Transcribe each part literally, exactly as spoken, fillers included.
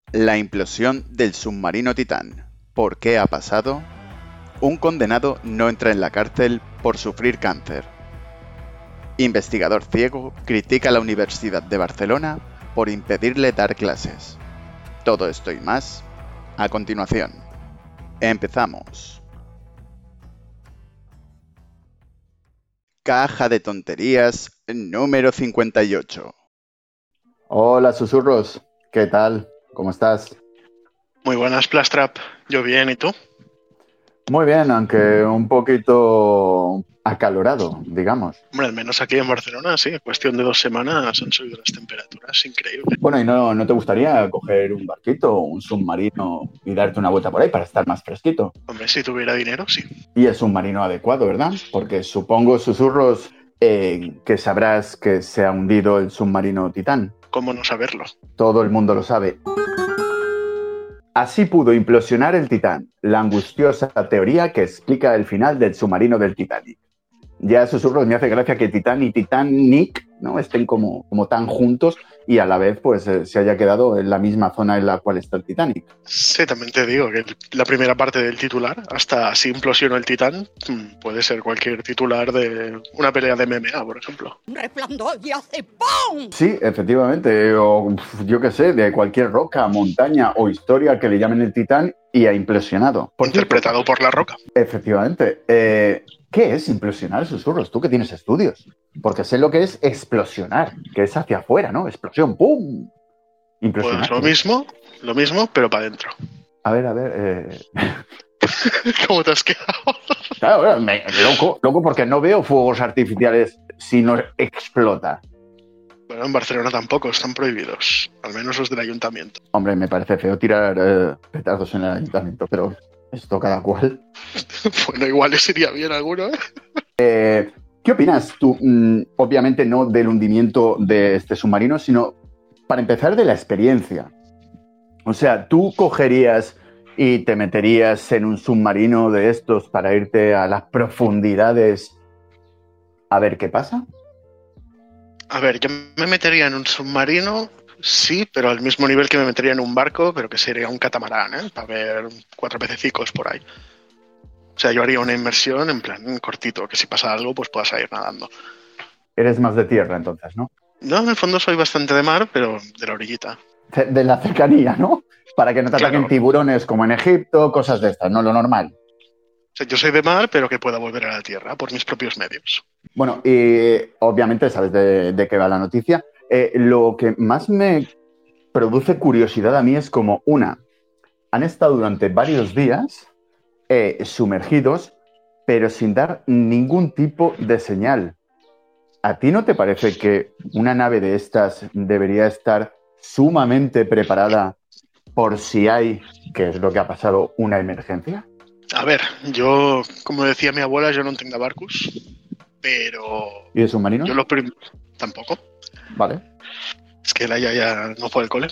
La implosión del submarino Titán. ¿Por qué ha pasado? Un condenado no entra en la cárcel por sufrir cáncer. Investigador ciego critica a la Universidad de Barcelona por impedirle dar clases. Todo esto y más, a continuación. Empezamos. Caja de tonterías número cincuenta y ocho. Hola, susurros. ¿Qué tal? ¿Cómo estás? Muy buenas, Plastrap. Yo bien, ¿y tú? Muy bien, aunque un poquito acalorado, digamos. Hombre, al menos aquí en Barcelona, sí. En cuestión de dos semanas han subido las temperaturas. Increíble. Bueno, ¿y no, no te gustaría coger un barquito, un submarino y darte una vuelta por ahí para estar más fresquito? Hombre, si tuviera dinero, sí. Y el submarino adecuado, ¿verdad? Porque supongo, susurros, eh, que sabrás que se ha hundido el submarino Titán. ¿Cómo no saberlo? Todo el mundo lo sabe. Así pudo implosionar el Titán, la angustiosa teoría que explica el final del submarino del Titanic. Ya susurros, me hace gracia que Titán y Titanic, ¿no?, estén como, como tan juntos y a la vez pues eh, se haya quedado en la misma zona en la cual está el Titanic. Sí, también te digo que la primera parte del titular, hasta así implosionó el Titán, puede ser cualquier titular de una pelea de M M A, por ejemplo. ¡Resplandor y hace ¡pum! Sí, efectivamente, o yo qué sé, de cualquier roca, montaña o historia que le llamen el Titán y ha implosionado. Por Interpretado cierto, por La Roca. Efectivamente. Eh, ¿Qué es implosionar, susurros? Tú que tienes estudios. Porque sé lo que es explosionar, que es hacia afuera, ¿no? Explosión, ¡pum! Implosionar. Pues lo mismo, lo mismo, pero para adentro. A ver, a ver. Eh... ¿Cómo te has quedado? Claro, me, loco, loco, porque no veo fuegos artificiales si no explota. Bueno, en Barcelona tampoco, están prohibidos. Al menos los del ayuntamiento. Hombre, me parece feo tirar eh, petardos en el ayuntamiento, pero esto cada cual. Bueno, igual les iría bien alguno, ¿eh? eh ¿Qué opinas tú? Mm, obviamente no del hundimiento de este submarino, sino, para empezar, de la experiencia. O sea, ¿tú cogerías y te meterías en un submarino de estos para irte a las profundidades a ver qué pasa? A ver, yo me metería en un submarino, sí, pero al mismo nivel que me metería en un barco, pero que sería un catamarán, ¿eh? Para ver cuatro pececicos por ahí. O sea, yo haría una inmersión en plan cortito, que si pasa algo, pues puedas ir nadando. Eres más de tierra, entonces, ¿no? No, en el fondo soy bastante de mar, pero de la orillita. De, de la cercanía, ¿no? Para que no te ataquen Claro. Tiburones como en Egipto, cosas de estas, no lo normal. O sea, yo soy de mar, pero que pueda volver a la tierra por mis propios medios. Bueno, y obviamente sabes de, de qué va la noticia. Eh, lo que más me produce curiosidad a mí es como, una, han estado durante varios días eh, sumergidos, pero sin dar ningún tipo de señal. ¿A ti no te parece que una nave de estas debería estar sumamente preparada por si hay, que es lo que ha pasado, una emergencia? A ver, yo, como decía mi abuela, yo no tengo barcos, pero... ¿Y de submarinos? Yo lo prim... Tampoco. Vale. Es que la ya, ya no fue al cole.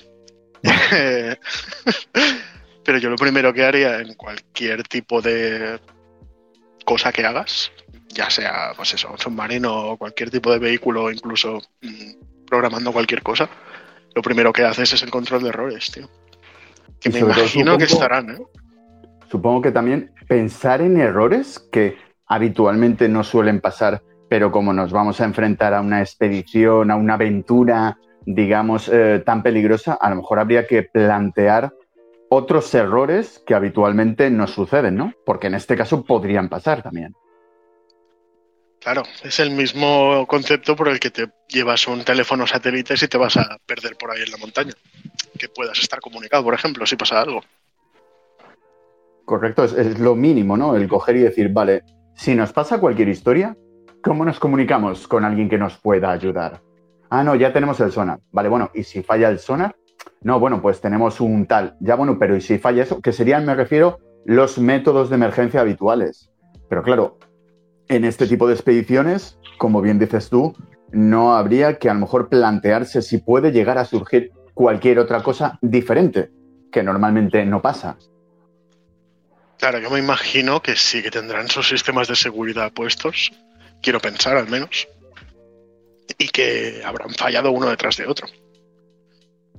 Pero yo lo primero que haría en cualquier tipo de cosa que hagas, ya sea, pues eso, un submarino o cualquier tipo de vehículo, incluso mmm, programando cualquier cosa, lo primero que haces es el control de errores, tío. Que me imagino supongo, que estarán, ¿eh? Supongo que también pensar en errores que habitualmente no suelen pasar, pero como nos vamos a enfrentar a una expedición, a una aventura, digamos, eh, tan peligrosa, a lo mejor habría que plantear otros errores que habitualmente no suceden, ¿no? Porque en este caso podrían pasar también. Claro, es el mismo concepto por el que te llevas un teléfono satélite si te vas a perder por ahí en la montaña. Que puedas estar comunicado, por ejemplo, si pasa algo. Correcto, es, es lo mínimo, ¿no? El coger y decir, vale, si nos pasa cualquier historia, ¿cómo nos comunicamos con alguien que nos pueda ayudar? Ah, no, ya tenemos el sonar. Vale, bueno, ¿y si falla el sonar? No, bueno, pues tenemos un tal. Ya, bueno, pero ¿y si falla eso? Que serían, me refiero, los métodos de emergencia habituales. Pero claro, en este tipo de expediciones, como bien dices tú, no habría que a lo mejor plantearse si puede llegar a surgir cualquier otra cosa diferente, que normalmente no pasa. Claro, yo me imagino que sí que tendrán sus sistemas de seguridad puestos, quiero pensar al menos, y que habrán fallado uno detrás de otro.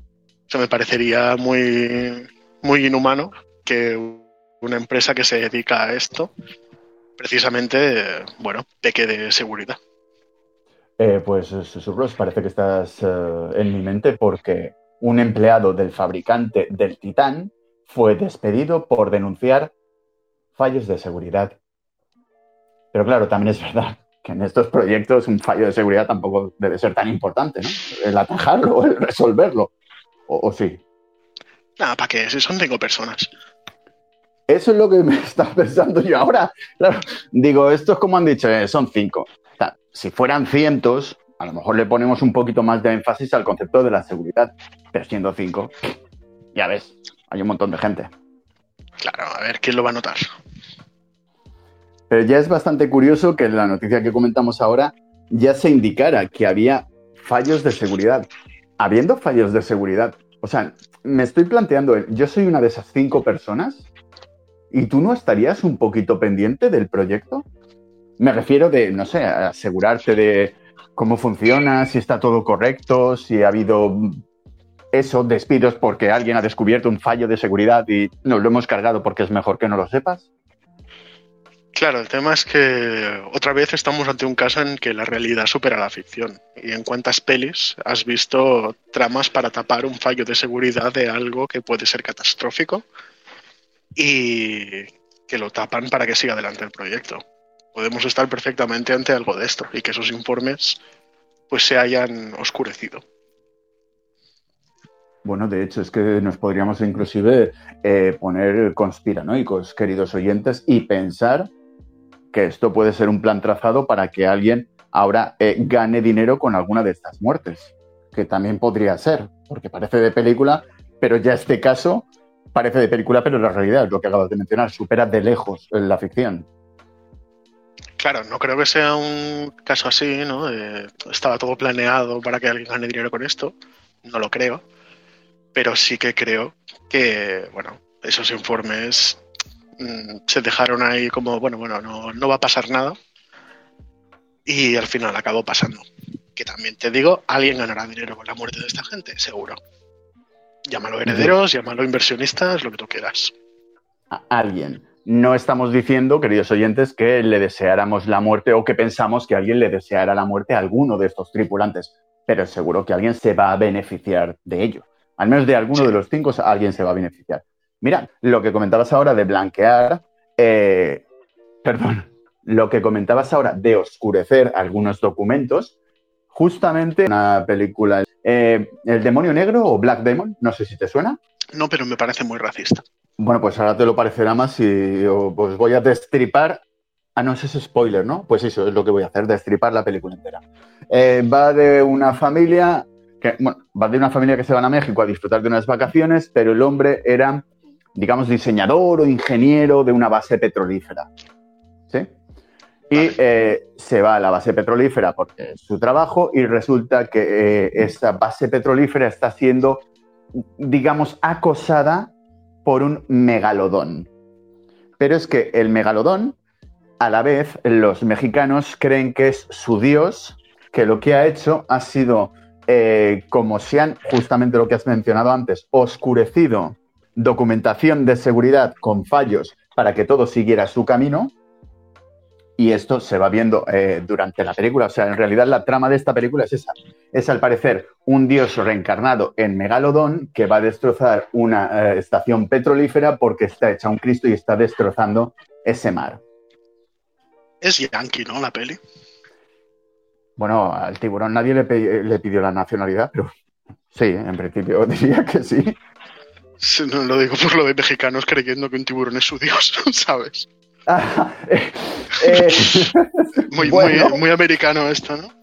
O sea, me parecería muy, muy inhumano que una empresa que se dedica a esto, precisamente, eh, bueno, peque de seguridad. Eh, pues, Susurros, parece que estás eh, en mi mente porque un empleado del fabricante del Titán fue despedido por denunciar fallos de seguridad. Pero claro, también es verdad que en estos proyectos un fallo de seguridad tampoco debe ser tan importante, ¿no? El atajarlo, el resolverlo. ¿O, o sí? Nada, ¿para qué? Si son cinco personas. Eso es lo que me está pensando yo ahora. Claro, digo, esto es como han dicho, eh, son cinco. O sea, si fueran cientos, a lo mejor le ponemos un poquito más de énfasis al concepto de la seguridad. Pero siendo cinco, ya ves, hay un montón de gente. Claro, a ver, ¿quién lo va a notar? Pero ya es bastante curioso que en la noticia que comentamos ahora ya se indicara que había fallos de seguridad. Habiendo fallos de seguridad, o sea, me estoy planteando, yo soy una de esas cinco personas y tú no estarías un poquito pendiente del proyecto. Me refiero de, no sé, a asegurarte de cómo funciona, si está todo correcto, si ha habido eso, despidos porque alguien ha descubierto un fallo de seguridad y nos lo hemos cargado porque es mejor que no lo sepas. Claro, el tema es que otra vez estamos ante un caso en que la realidad supera la ficción. ¿Y en cuántas pelis has visto tramas para tapar un fallo de seguridad de algo que puede ser catastrófico y que lo tapan para que siga adelante el proyecto? Podemos estar perfectamente ante algo de esto y que esos informes pues se hayan oscurecido. Bueno, de hecho, es que nos podríamos inclusive eh, poner conspiranoicos, queridos oyentes, y pensar que esto puede ser un plan trazado para que alguien ahora eh, gane dinero con alguna de estas muertes, que también podría ser, porque parece de película, pero ya este caso parece de película, pero la realidad es lo que acabas de mencionar, supera de lejos la ficción. Claro, no creo que sea un caso así, ¿no? Eh, estaba todo planeado para que alguien gane dinero con esto, no lo creo, pero sí que creo que, bueno, esos informes se dejaron ahí como, bueno, bueno, no, no va a pasar nada y al final acabó pasando. Que también te digo, alguien ganará dinero con la muerte de esta gente, seguro. Llámalo herederos, llámalo inversionistas, lo que tú quieras. A alguien. No estamos diciendo, queridos oyentes, que le deseáramos la muerte o que pensamos que alguien le deseara la muerte a alguno de estos tripulantes, pero seguro que alguien se va a beneficiar de ello. Al menos de alguno sí. de los cinco alguien se va a beneficiar. Mira, lo que comentabas ahora de blanquear, eh, perdón, lo que comentabas ahora de oscurecer algunos documentos, justamente una película, eh, El demonio negro o Black Demon, no sé si te suena. No, pero me parece muy racista. Bueno, pues ahora te lo parecerá más y pues voy a destripar. Ah, no, ese es spoiler, ¿no? Pues eso es lo que voy a hacer, destripar la película entera. Eh, va de una familia que, bueno, va de una familia que se van a México a disfrutar de unas vacaciones, pero el hombre era, digamos, diseñador o ingeniero de una base petrolífera, ¿sí? Y eh, se va a la base petrolífera porque es su trabajo y resulta que eh, esta base petrolífera está siendo, digamos, acosada por un megalodón. Pero es que el megalodón, a la vez, los mexicanos creen que es su dios, que lo que ha hecho ha sido, eh, como se han, justamente lo que has mencionado antes, oscurecido documentación de seguridad con fallos para que todo siguiera su camino, y esto se va viendo eh, durante la película. O sea, en realidad la trama de esta película es esa. Es, al parecer, un dios reencarnado en Megalodón que va a destrozar una eh, estación petrolífera porque está hecha un Cristo y está destrozando ese mar. Es yankee, ¿no, la peli? Bueno, al tiburón nadie le, pe- le pidió la nacionalidad, pero sí, en principio diría que sí. Sí, no lo digo por lo de mexicanos creyendo que un tiburón es su dios, ¿sabes? Ah, eh, eh, muy, bueno. muy, muy americano esto, ¿no?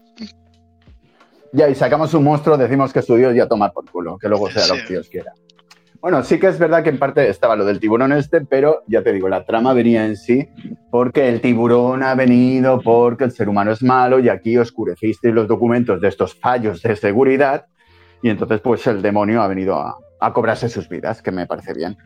Ya, y sacamos un monstruo, decimos que es su dios y a tomar por culo, que luego sea Sí. lo que Dios quiera. Bueno, sí que es verdad que en parte estaba lo del tiburón este, pero ya te digo, la trama venía en sí porque el tiburón ha venido porque el ser humano es malo y aquí oscurecisteis los documentos de estos fallos de seguridad y entonces pues el demonio ha venido a, a cobrarse sus vidas, que me parece bien.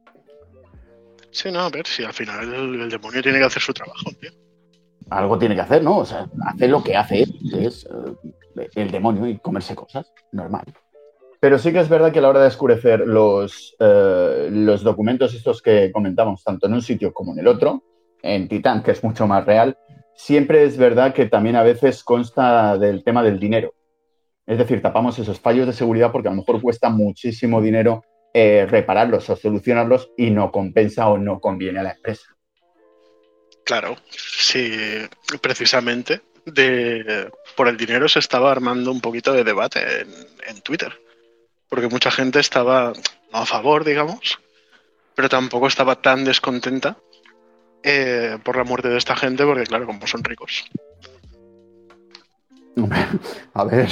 Sí, no, a ver, si al final el, el demonio tiene que hacer su trabajo, tío. Algo tiene que hacer, ¿no? O sea, hace lo que hace él, que es eh, el demonio y comerse cosas, normal. Pero sí que es verdad que a la hora de oscurecer los, eh, los documentos estos que comentamos, tanto en un sitio como en el otro, en Titán, que es mucho más real, siempre es verdad que también a veces consta del tema del dinero. Es decir, tapamos esos fallos de seguridad porque a lo mejor cuesta muchísimo dinero eh, repararlos o solucionarlos y no compensa o no conviene a la empresa. Claro, sí, precisamente de, por el dinero se estaba armando un poquito de debate en, en Twitter. Porque mucha gente estaba no a favor, digamos, pero tampoco estaba tan descontenta eh, por la muerte de esta gente, porque claro, como son ricos. A ver,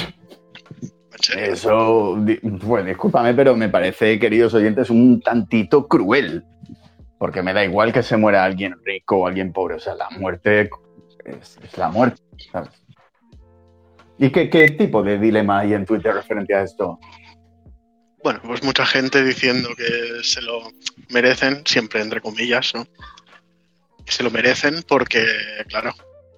eso, bueno, discúlpame, pero me parece, queridos oyentes, un tantito cruel. Porque me da igual que se muera alguien rico o alguien pobre. O sea, la muerte es, es la muerte, ¿sabes? ¿Y qué, qué tipo de dilema hay en Twitter referente a esto? Bueno, pues mucha gente diciendo que se lo merecen, siempre entre comillas, ¿no? Que se lo merecen porque, claro,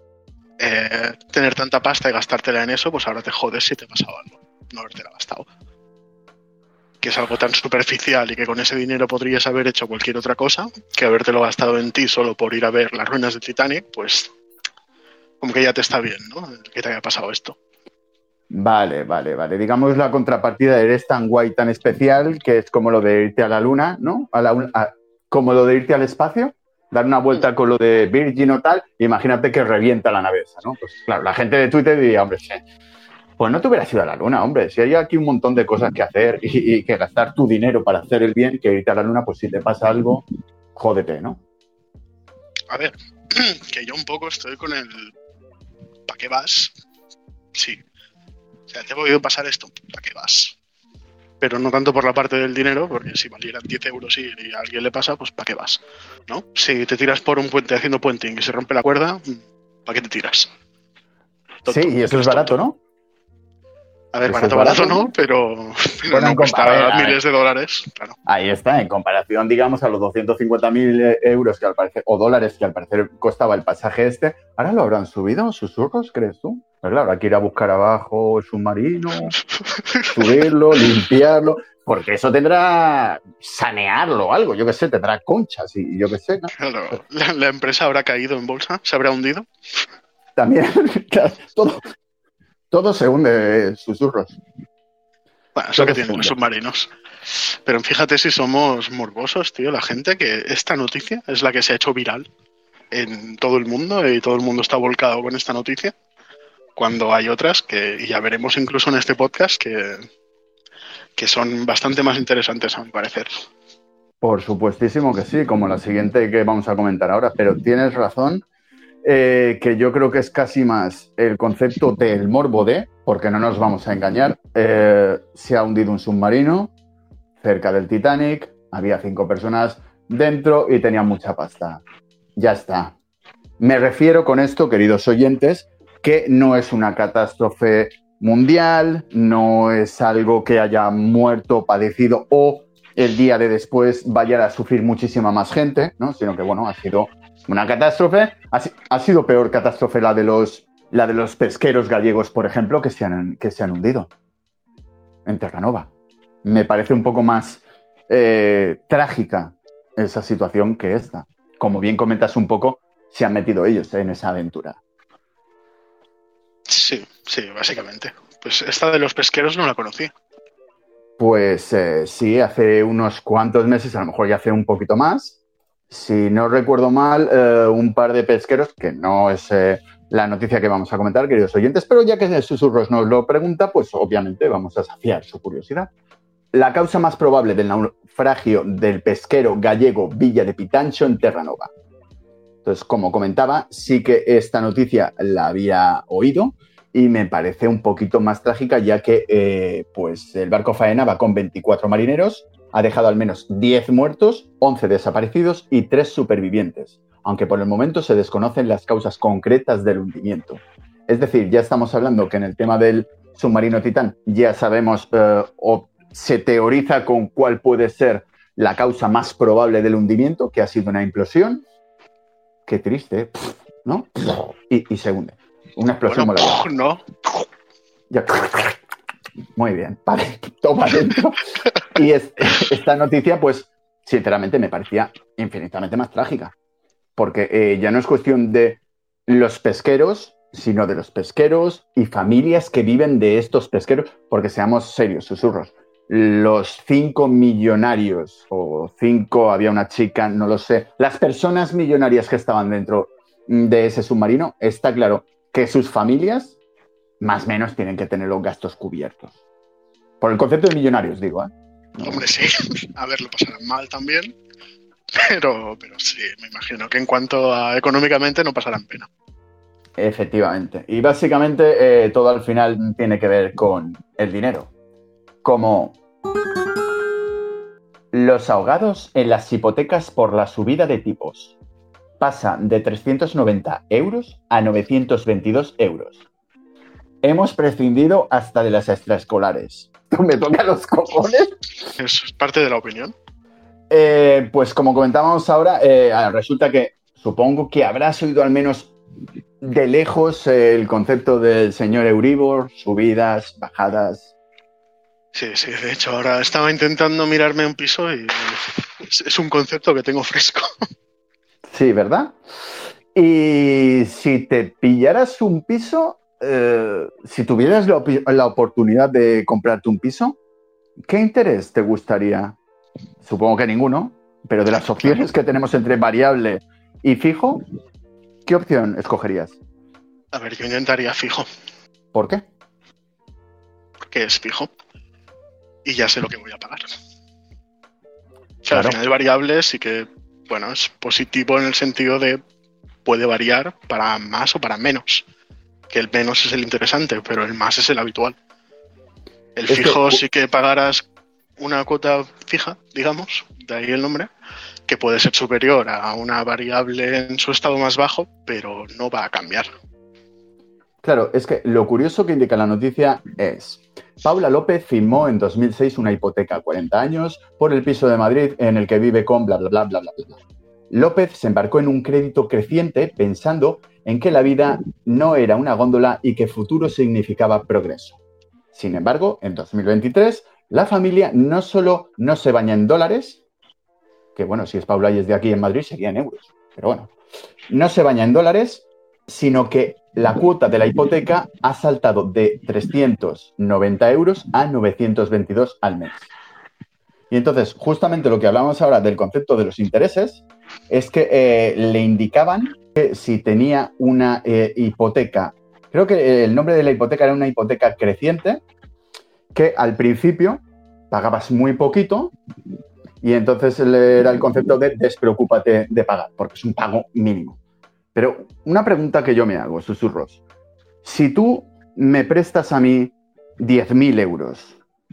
eh, tener tanta pasta y gastártela en eso, pues ahora te jodes si te ha pasado algo, no habértela gastado. Que es algo tan superficial y que con ese dinero podrías haber hecho cualquier otra cosa, que habértelo gastado en ti solo por ir a ver las ruinas de Titanic, pues como que ya te está bien, ¿no? Que te haya pasado esto. Vale, vale, vale. Digamos la contrapartida de eres tan guay, tan especial, que es como lo de irte a la luna, ¿no? A la, a, como lo de irte al espacio, dar una vuelta con lo de Virgin o tal, imagínate que revienta la nave esa, ¿no? Pues claro, la gente de Twitter diría, hombre, sí, pues no te hubieras ido a la luna, hombre. Si hay aquí un montón de cosas que hacer y, y que gastar tu dinero para hacer el bien, que irte a la luna, pues si te pasa algo, jódete, ¿no? A ver, que yo un poco estoy con el ¿para qué vas? Sí. O sea, te he podido pasar esto, ¿para qué vas? Pero no tanto por la parte del dinero, porque si valieran diez euros y, y a alguien le pasa, pues ¿para qué vas? ¿No? Si te tiras por un puente haciendo puenting y se rompe la cuerda, ¿para qué te tiras? Tonto, sí, y eso es barato, tonto. ¿no? A ver, barato, barato, barato no, pero, pero bueno, no cuesta ver, miles ver, de dólares. Claro. Ahí está, en comparación, digamos, a los doscientos cincuenta mil euros que al parecer, o dólares que al parecer costaba el pasaje este, ¿ahora lo habrán subido, susurros, crees tú? Pues claro, hay que ir a buscar abajo el submarino, subirlo, limpiarlo, porque eso tendrá sanearlo o algo, yo qué sé, tendrá conchas y yo qué sé, ¿no? Claro, la, la empresa habrá caído en bolsa, se habrá hundido. También, claro, todo... Todo se hunde, susurros. Bueno, eso Todo que tienen los submarinos. Pero fíjate si somos morbosos, tío. La gente que esta noticia es la que se ha hecho viral en todo el mundo y todo el mundo está volcado con esta noticia. Cuando hay otras que, y ya veremos incluso en este podcast, que, que son bastante más interesantes a mi parecer. Por supuestísimo que sí, como la siguiente que vamos a comentar ahora. Pero tienes razón. Eh, que yo creo que es casi más el concepto del morbo de, porque no nos vamos a engañar, eh, se ha hundido un submarino cerca del Titanic, había cinco personas dentro y tenían mucha pasta. Ya está. Me refiero con esto, queridos oyentes, que no es una catástrofe mundial, no es algo que haya muerto, padecido o el día de después vaya a sufrir muchísima más gente, ¿no? Sino que, bueno, ha sido una catástrofe. Ha, ha sido peor catástrofe la de los la de los pesqueros gallegos, por ejemplo, que se han, que se han hundido en Terranova. Me parece un poco más eh, trágica esa situación que esta. Como bien comentas un poco, se han metido ellos en esa aventura. Sí, sí, básicamente. Pues esta de los pesqueros no la conocía. Pues eh, sí, hace unos cuantos meses, a lo mejor ya hace un poquito más. Si no recuerdo mal, eh, un par de pesqueros, que no es eh, la noticia que vamos a comentar, queridos oyentes, pero ya que Susurros nos lo pregunta, pues obviamente vamos a saciar su curiosidad. La causa más probable del naufragio del pesquero gallego Villa de Pitancho en Terranova. Entonces, como comentaba, sí que esta noticia la había oído y me parece un poquito más trágica, ya que eh, pues el barco Faena va con veinticuatro marineros, ha dejado al menos diez muertos, once desaparecidos y tres supervivientes, aunque por el momento se desconocen las causas concretas del hundimiento. Es decir, ya estamos hablando que en el tema del submarino Titán ya sabemos eh, o se teoriza con cuál puede ser la causa más probable del hundimiento, que ha sido una implosión. Qué triste, ¿no? Y, y se hunde. Una explosión bueno, molecular. no. Ya. Muy bien, vale, toma dentro. Y es, esta noticia, pues, sinceramente me parecía infinitamente más trágica. Porque eh, ya no es cuestión de los pesqueros, sino de los pesqueros y familias que viven de estos pesqueros. Porque seamos serios, susurros. Los cinco millonarios, o cinco, había una chica, no lo sé. Las personas millonarias que estaban dentro de ese submarino, está claro que sus familias, más o menos, tienen que tener los gastos cubiertos. Por el concepto de millonarios, digo, ¿eh? No. Hombre, sí. A ver, lo pasarán mal también. Pero, pero sí, me imagino que en cuanto a económicamente no pasarán pena. Efectivamente. Y básicamente eh, todo al final tiene que ver con el dinero. Como los ahogados en las hipotecas por la subida de tipos. Pasa de trescientos noventa euros a novecientos veintidós euros. Hemos prescindido hasta de las extraescolares. ¿Me toca los cojones? Eso es parte de la opinión. Eh, pues como comentábamos ahora, eh, resulta que supongo que habrás oído al menos de lejos eh, el concepto del señor Euribor, subidas, bajadas. Sí, sí, de hecho ahora estaba intentando mirarme un piso y es, es un concepto que tengo fresco. Sí, ¿verdad? Y si te pillaras un piso, eh, si tuvieras la, la oportunidad de comprarte un piso, ¿qué interés te gustaría? Supongo que ninguno, pero de las opciones que tenemos entre variable y fijo, ¿qué opción escogerías? A ver, yo intentaría fijo. ¿Por qué? Porque es fijo. Y ya sé lo que voy a pagar. O sea, Claro. al final variable sí que, bueno, es positivo en el sentido de puede variar para más o para menos. Que el menos es el interesante, pero el más es el habitual. El Es fijo que- sí que pagarás una cuota fija, digamos, de ahí el nombre, que puede ser superior a una variable en su estado más bajo, pero no va a cambiar. Claro, es que lo curioso que indica la noticia es: Paula López firmó en dos mil seis una hipoteca a cuarenta años por el piso de Madrid en el que vive con bla, bla, bla, bla, bla, bla. López se embarcó en un crédito creciente pensando en que la vida no era una góndola y que futuro significaba progreso. Sin embargo, en dos mil veintitrés, la familia no solo no se baña en dólares, que bueno, si es Paula y es de aquí en Madrid sería en euros, pero bueno, no se baña en dólares, sino que la cuota de la hipoteca ha saltado de trescientos noventa euros a novecientos veintidós al mes. Y entonces, justamente lo que hablábamos ahora del concepto de los intereses es que eh, le indicaban que si tenía una eh, hipoteca, creo que el nombre de la hipoteca era una hipoteca creciente, que al principio pagabas muy poquito y entonces era el concepto de despreocúpate de pagar, porque es un pago mínimo. Pero una pregunta que yo me hago, susurros. Si tú me prestas a mí diez mil euros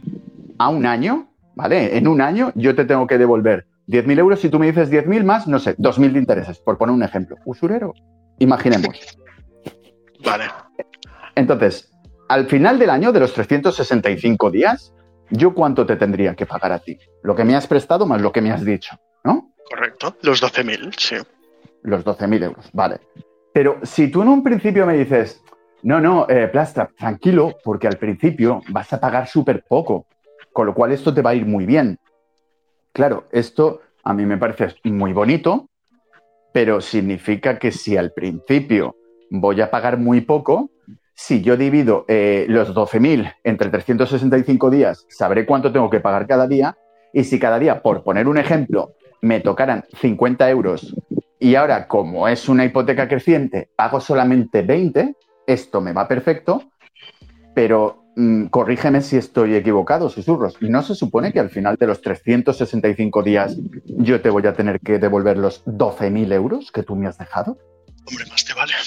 a un año, ¿vale? En un año yo te tengo que devolver diez mil euros. Si tú me dices diez mil más, no sé, dos mil de intereses, por poner un ejemplo. Usurero. Imaginemos. Vale. Entonces, al final del año, de los trescientos sesenta y cinco días, ¿yo cuánto te tendría que pagar a ti? Lo que me has prestado más lo que me has dicho, ¿no? Correcto. Los doce mil, sí. Los doce mil euros, vale. Pero si tú en un principio me dices, no, no, eh, Plasta, tranquilo, porque al principio vas a pagar súper poco, con lo cual esto te va a ir muy bien. Claro, esto a mí me parece muy bonito, pero significa que si al principio voy a pagar muy poco, si yo divido eh, los doce mil entre trescientos sesenta y cinco días, sabré cuánto tengo que pagar cada día, y si cada día, por poner un ejemplo, me tocaran cincuenta euros y ahora, como es una hipoteca creciente, pago solamente veinte, esto me va perfecto, pero mmm, corrígeme si estoy equivocado, susurros. ¿No se supone que al final de los trescientos sesenta y cinco días yo te voy a tener que devolver los doce mil euros que tú me has dejado? Hombre, más te vale.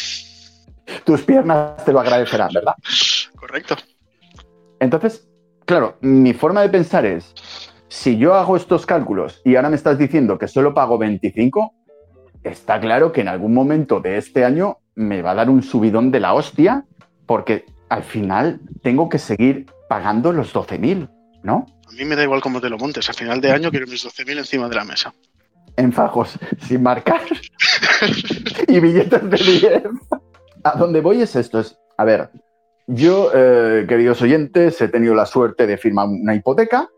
Tus piernas te lo agradecerán, ¿verdad? Correcto. Entonces, claro, mi forma de pensar es, si yo hago estos cálculos y ahora me estás diciendo que solo pago veinticinco, está claro que en algún momento de este año me va a dar un subidón de la hostia, porque al final tengo que seguir pagando los doce mil, ¿no? A mí me da igual cómo te lo montes. A final de año quiero mis doce mil encima de la mesa. En fajos, sin marcar y billetes de diez. A donde voy es esto, es, a ver, Yo, eh, queridos oyentes, he tenido la suerte de firmar una hipoteca.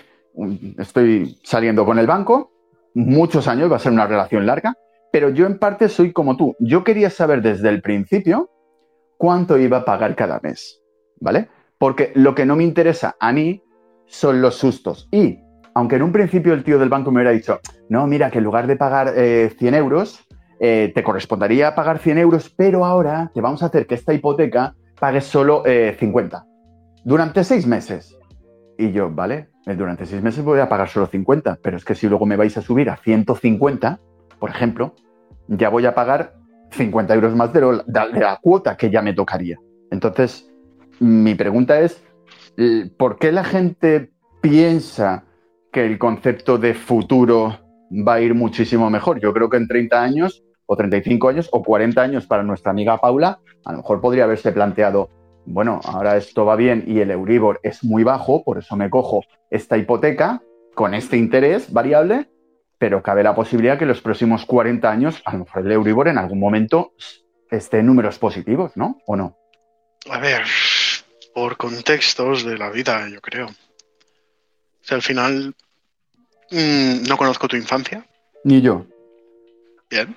Estoy saliendo con el banco. Muchos años, va a ser una relación larga. Pero yo en parte soy como tú. Yo quería saber desde el principio cuánto iba a pagar cada mes, ¿vale? Porque lo que no me interesa a mí son los sustos. Y, aunque en un principio el tío del banco me hubiera dicho, no, mira, que en lugar de pagar eh, cien euros, eh, te correspondería pagar cien euros, pero ahora te vamos a hacer que esta hipoteca pagues solo eh, cincuenta. Durante seis meses. Y yo, vale, durante seis meses voy a pagar solo cincuenta, pero es que si luego me vais a subir a ciento cincuenta, por ejemplo, ya voy a pagar cincuenta euros más de, lo, de la cuota que ya me tocaría. Entonces, mi pregunta es, ¿por qué la gente piensa que el concepto de futuro va a ir muchísimo mejor? Yo creo que en treinta años, o treinta y cinco años, o cuarenta años para nuestra amiga Paula, a lo mejor podría haberse planteado, bueno, ahora esto va bien y el Euribor es muy bajo, por eso me cojo esta hipoteca con este interés variable, pero cabe la posibilidad que en los próximos cuarenta años, a lo mejor el Euribor en algún momento esté en números positivos, ¿no? ¿O no? A ver, por contextos de la vida, yo creo. O sea, al final, mmm, no conozco tu infancia. Ni yo. Bien.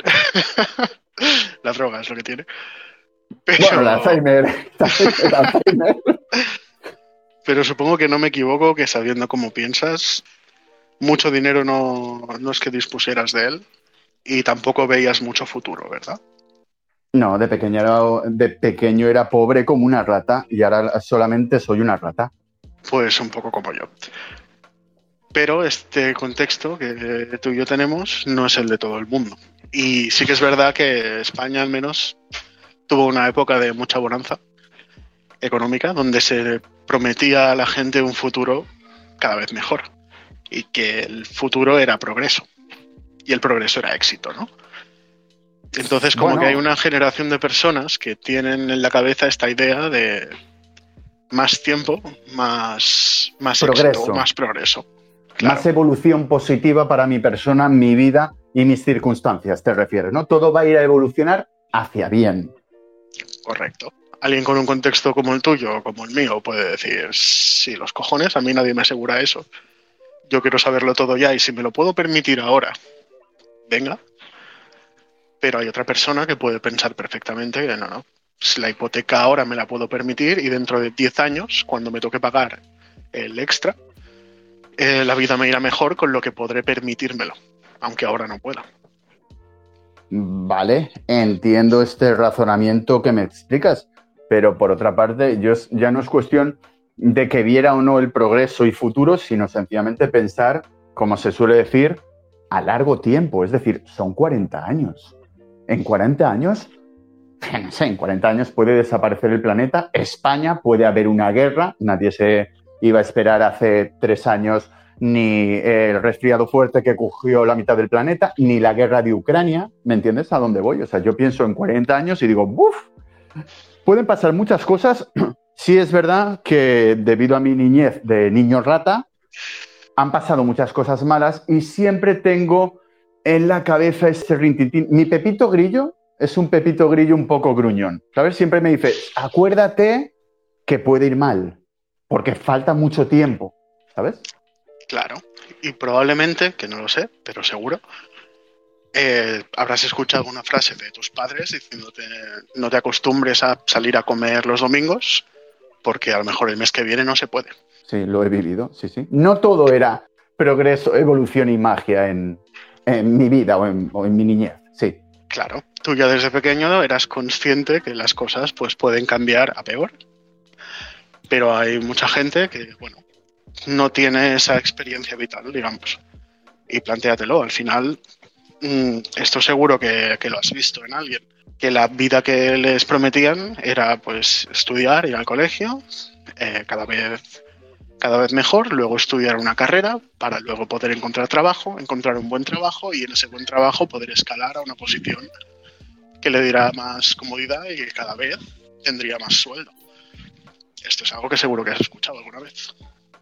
La droga es lo que tiene. Pero... Bueno, el Alzheimer. El Alzheimer. Pero supongo que no me equivoco, que sabiendo cómo piensas, mucho dinero no, no es que dispusieras de él y tampoco veías mucho futuro, ¿verdad? No, de pequeño, era, de pequeño era pobre como una rata y ahora solamente soy una rata. Pues un poco como yo. Pero este contexto que tú y yo tenemos no es el de todo el mundo. Y sí que es verdad que España al menos tuvo una época de mucha bonanza económica donde se prometía a la gente un futuro cada vez mejor y que el futuro era progreso y el progreso era éxito, ¿no? Entonces como bueno, que hay una generación de personas que tienen en la cabeza esta idea de más tiempo, más, más progreso. éxito, más progreso. Claro. Más evolución positiva para mi persona, mi vida y mis circunstancias, te refieres, ¿no? Todo va a ir a evolucionar hacia bien. Correcto. Alguien con un contexto como el tuyo o como el mío puede decir, sí, los cojones, a mí nadie me asegura eso. Yo quiero saberlo todo ya y si me lo puedo permitir ahora, venga. Pero hay otra persona que puede pensar perfectamente que no, no. Si la hipoteca ahora me la puedo permitir y dentro de diez años, cuando me toque pagar el extra, eh, la vida me irá mejor con lo que podré permitírmelo, aunque ahora no pueda. Vale, entiendo este razonamiento que me explicas, pero por otra parte, yo ya no es cuestión de que viera o no el progreso y futuro, sino sencillamente pensar, como se suele decir, a largo tiempo, es decir, son cuarenta años. En cuarenta años, no sé, en cuarenta años puede desaparecer el planeta, España, puede haber una guerra, nadie se iba a esperar hace tres años ni el resfriado fuerte que cogió la mitad del planeta, ni la guerra de Ucrania, ¿me entiendes a dónde voy? O sea, yo pienso en cuarenta años y digo, ¡buf! Pueden pasar muchas cosas. Sí es verdad que debido a mi niñez de niño rata, han pasado muchas cosas malas y siempre tengo en la cabeza ese rintintín. Mi Pepito Grillo es un Pepito Grillo un poco gruñón, ¿sabes? Siempre me dice, acuérdate que puede ir mal, porque falta mucho tiempo, ¿sabes? Claro, y probablemente, que no lo sé, pero seguro, eh, habrás escuchado alguna frase de tus padres diciéndote no te acostumbres a salir a comer los domingos porque a lo mejor el mes que viene no se puede. Sí, lo he vivido, sí, sí. No todo era progreso, evolución y magia en, en mi vida o en, o en mi niñez, sí. Claro, tú ya desde pequeño eras consciente que las cosas pues pueden cambiar a peor, pero hay mucha gente que, bueno, no tiene esa experiencia vital, digamos. Y plantéatelo, al final, mmm, esto seguro que, que lo has visto en alguien, que la vida que les prometían era pues estudiar, ir al colegio, eh, cada vez, cada vez mejor, luego estudiar una carrera para luego poder encontrar trabajo, encontrar un buen trabajo y en ese buen trabajo poder escalar a una posición que le diera más comodidad y que cada vez tendría más sueldo. Esto es algo que seguro que has escuchado alguna vez.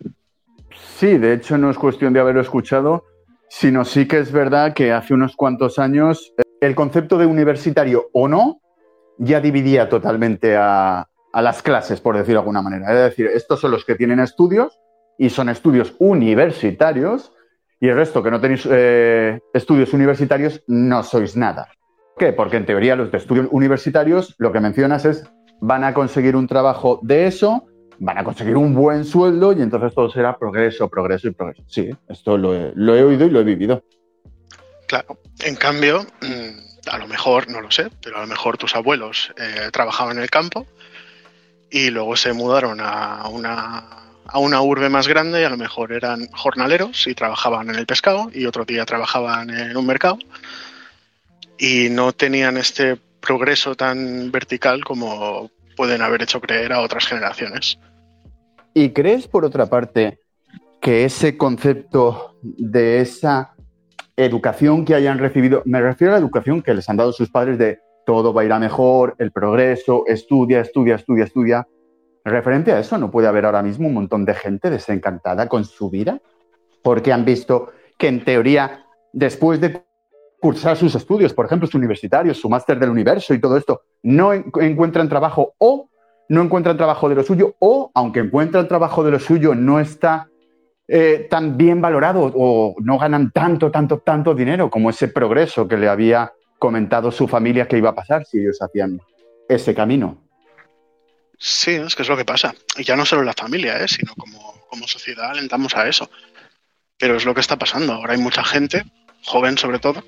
Sí, de hecho no es cuestión de haberlo escuchado, sino sí que es verdad que hace unos cuantos años el concepto de universitario o no ya dividía totalmente a, a las clases, por decirlo de alguna manera. Es decir, estos son los que tienen estudios y son estudios universitarios y el resto que no tenéis eh, estudios universitarios no sois nada. ¿Por qué? Porque en teoría los de estudios universitarios lo que mencionas es van a conseguir un trabajo de eso, van a conseguir un buen sueldo y entonces todo será progreso, progreso y progreso. Sí, esto lo he, lo he oído y lo he vivido. Claro, en cambio, a lo mejor, no lo sé, pero a lo mejor tus abuelos eh, trabajaban en el campo y luego se mudaron a una, a una urbe más grande y a lo mejor eran jornaleros y trabajaban en el pescado y otro día trabajaban en un mercado y no tenían este progreso tan vertical como pueden haber hecho creer a otras generaciones. ¿Y crees, por otra parte, que ese concepto de esa educación que hayan recibido, me refiero a la educación que les han dado sus padres de todo va a ir a mejor, el progreso, estudia, estudia, estudia, estudia, referente a eso, ¿no puede haber ahora mismo un montón de gente desencantada con su vida? Porque han visto que, en teoría, después de cursar sus estudios, por ejemplo, sus universitarios, su máster del universo y todo esto, no en- encuentran trabajo o no encuentran trabajo de lo suyo o, aunque encuentran trabajo de lo suyo, no está eh, tan bien valorado o no ganan tanto, tanto, tanto dinero como ese progreso que le había comentado su familia que iba a pasar si ellos hacían ese camino. Sí, es que es lo que pasa. Y ya no solo en la familia, ¿eh? sino como, como sociedad alentamos a eso. Pero es lo que está pasando. Ahora hay mucha gente, joven sobre todo,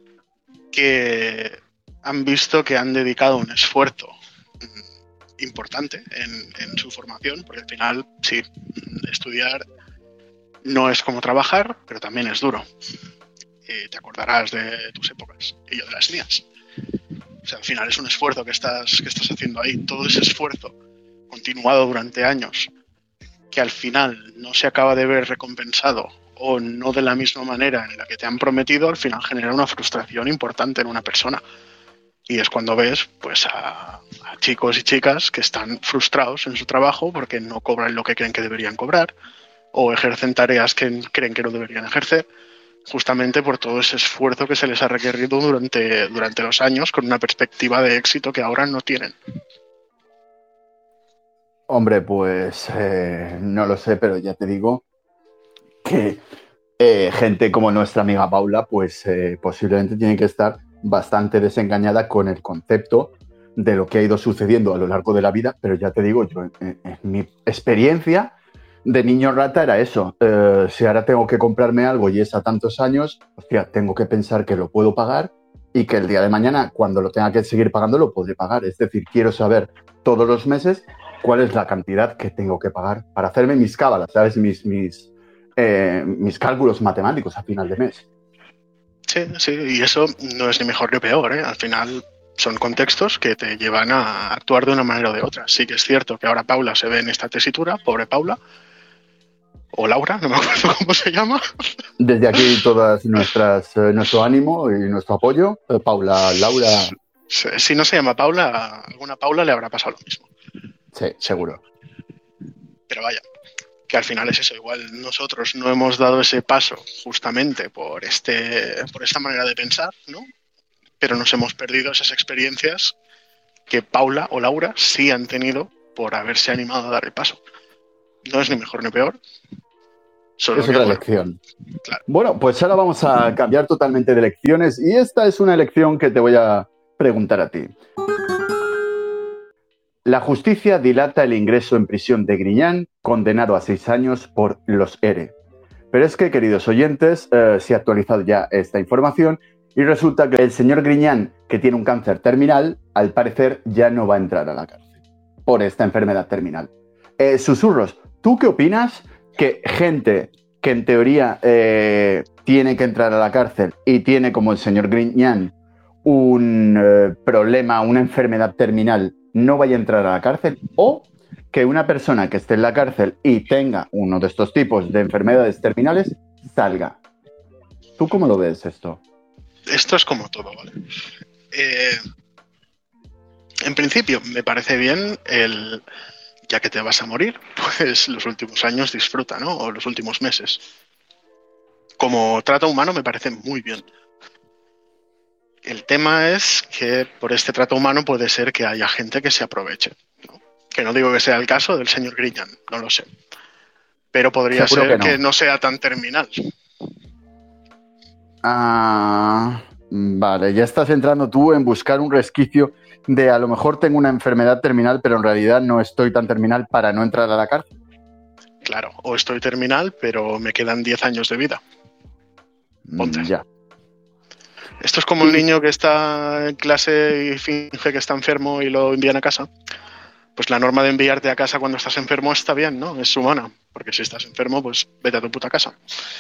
que han visto que han dedicado un esfuerzo mm, importante en, en su formación, porque al final, sí, estudiar no es como trabajar, pero también es duro. Eh, te acordarás de tus épocas y yo de las mías. O sea, al final es un esfuerzo que estás, que estás haciendo ahí. Todo ese esfuerzo continuado durante años que al final no se acaba de ver recompensado o no de la misma manera en la que te han prometido, al final genera una frustración importante en una persona. Y es cuando ves pues a, a chicos y chicas que están frustrados en su trabajo porque no cobran lo que creen que deberían cobrar o ejercen tareas que creen que no deberían ejercer, justamente por todo ese esfuerzo que se les ha requerido durante, durante los años con una perspectiva de éxito que ahora no tienen. Hombre, pues eh, no lo sé, pero ya te digo que eh, gente como nuestra amiga Paula, pues eh, posiblemente tiene que estar bastante desengañada con el concepto de lo que ha ido sucediendo a lo largo de la vida, pero ya te digo, yo en, en mi experiencia de niño rata era eso. Eh, si ahora tengo que comprarme algo y es a tantos años, hostia, tengo que pensar que lo puedo pagar y que el día de mañana, cuando lo tenga que seguir pagando, lo podré pagar. Es decir, quiero saber todos los meses cuál es la cantidad que tengo que pagar para hacerme mis cábalas, ¿sabes? Mis, mis, eh, mis cálculos matemáticos a final de mes. Sí, sí, y eso no es ni mejor ni peor, ¿eh? Al final son contextos que te llevan a actuar de una manera o de otra. Sí que es cierto que ahora Paula se ve en esta tesitura, pobre Paula, o Laura, no me acuerdo cómo se llama. Desde aquí todas nuestras eh, nuestro ánimo y nuestro apoyo. Eh, Paula, Laura. Si no se llama Paula, a alguna Paula le habrá pasado lo mismo. Sí, seguro. Pero vaya, que al final es eso. Igual nosotros no hemos dado ese paso justamente por este, por esta manera de pensar, ¿no? Pero nos hemos perdido esas experiencias que Paula o Laura sí han tenido por haberse animado a dar el paso. No es ni mejor ni peor. Solo Es que, otra bueno, lección. claro. Bueno, pues ahora vamos a cambiar totalmente de lecciones y esta es una lección que te voy a preguntar a ti. La justicia dilata el ingreso en prisión de Griñán, condenado a seis años por los E R E. Pero es que, queridos oyentes, eh, se ha actualizado ya esta información y resulta que el señor Griñán, que tiene un cáncer terminal, al parecer ya no va a entrar a la cárcel por esta enfermedad terminal. Eh, susurros, ¿tú qué opinas que gente que en teoría eh, tiene que entrar a la cárcel y tiene como el señor Griñán un eh, problema, una enfermedad terminal, no vaya a entrar a la cárcel? ¿O que una persona que esté en la cárcel y tenga uno de estos tipos de enfermedades terminales salga? ¿Tú cómo lo ves esto? Esto es como todo, ¿vale? Eh, en principio, me parece bien el... Ya que te vas a morir, pues los últimos años disfruta, ¿no? O los últimos meses. Como trato humano me parece muy bien. El tema es que por este trato humano puede ser que haya gente que se aproveche, ¿no? Que no digo que sea el caso del señor Griñán, no lo sé. Pero podría Seguro ser que no. que no sea tan terminal. Ah, vale, ya estás entrando tú en buscar un resquicio de a lo mejor tengo una enfermedad terminal, pero en realidad no estoy tan terminal para no entrar a la cárcel. Claro, o estoy terminal, pero me quedan diez años de vida. Ponte. Mm, ya. Esto es como un niño que está en clase y finge que está enfermo y lo envían a casa. Pues la norma de enviarte a casa cuando estás enfermo está bien, ¿no? Es humana, porque si estás enfermo, pues vete a tu puta casa.